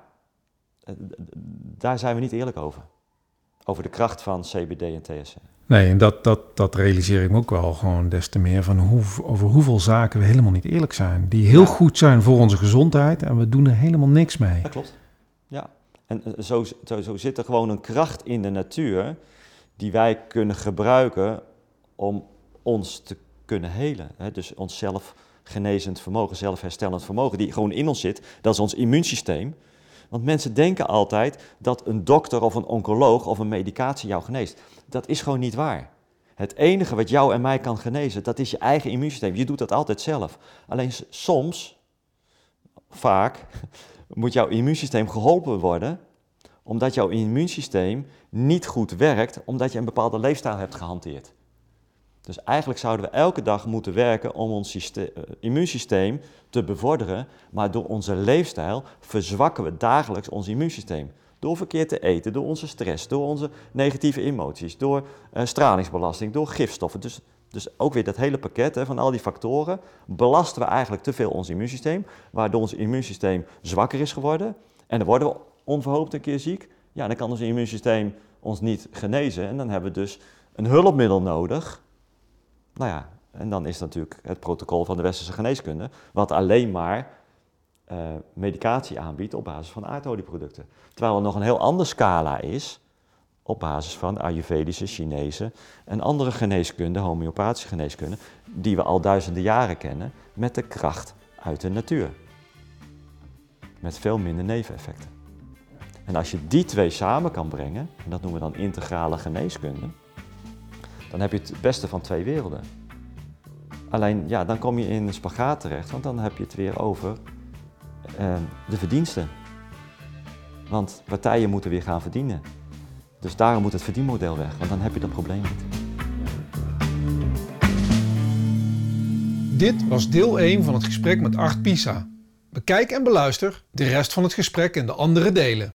daar zijn we niet eerlijk over. Over de kracht van C B D en T H C. Nee, en dat, dat, dat realiseer ik me ook wel gewoon des te meer van hoe, over hoeveel zaken we helemaal niet eerlijk zijn. Die heel ja. goed zijn voor onze gezondheid en we doen er helemaal niks mee. Dat klopt, ja. En zo, zo, zo zit er gewoon een kracht in de natuur die wij kunnen gebruiken om ons te kunnen helen. Hè? Dus ons zelfgenezend vermogen, zelfherstellend vermogen, die gewoon in ons zit, dat is ons immuunsysteem. Want mensen denken altijd dat een dokter of een oncoloog of een medicatie jou geneest. Dat is gewoon niet waar. Het enige wat jou en mij kan genezen, dat is je eigen immuunsysteem. Je doet dat altijd zelf. Alleen soms, vaak, moet jouw immuunsysteem geholpen worden, omdat jouw immuunsysteem niet goed werkt, omdat je een bepaalde leefstijl hebt gehanteerd. Dus eigenlijk zouden we elke dag moeten werken om ons systeem, uh, immuunsysteem te bevorderen, maar door onze leefstijl verzwakken we dagelijks ons immuunsysteem. Door verkeerd te eten, door onze stress, door onze negatieve emoties, door uh, stralingsbelasting, door gifstoffen. Dus, dus ook weer dat hele pakket hè, van al die factoren belasten we eigenlijk te veel ons immuunsysteem, waardoor ons immuunsysteem zwakker is geworden. En dan worden we onverhoopt een keer ziek. Ja, dan kan ons immuunsysteem ons niet genezen en dan hebben we dus een hulpmiddel nodig. Nou ja, en dan is natuurlijk het protocol van de westerse geneeskunde, wat alleen maar uh, medicatie aanbiedt op basis van aardolieproducten. Terwijl er nog een heel ander scala is, op basis van Ayurvedische, Chinese en andere geneeskunde, homeopathische geneeskunde, die we al duizenden jaren kennen, met de kracht uit de natuur. Met veel minder neveneffecten. En als je die twee samen kan brengen, en dat noemen we dan integrale geneeskunde, dan heb je het beste van twee werelden. Alleen, ja, dan kom je in een spagaat terecht, want dan heb je het weer over uh, de verdiensten. Want partijen moeten weer gaan verdienen. Dus daarom moet het verdienmodel weg, want dan heb je dat probleem niet. Dit was deel één van het gesprek met Art Pisa. Bekijk en beluister de rest van het gesprek in de andere delen.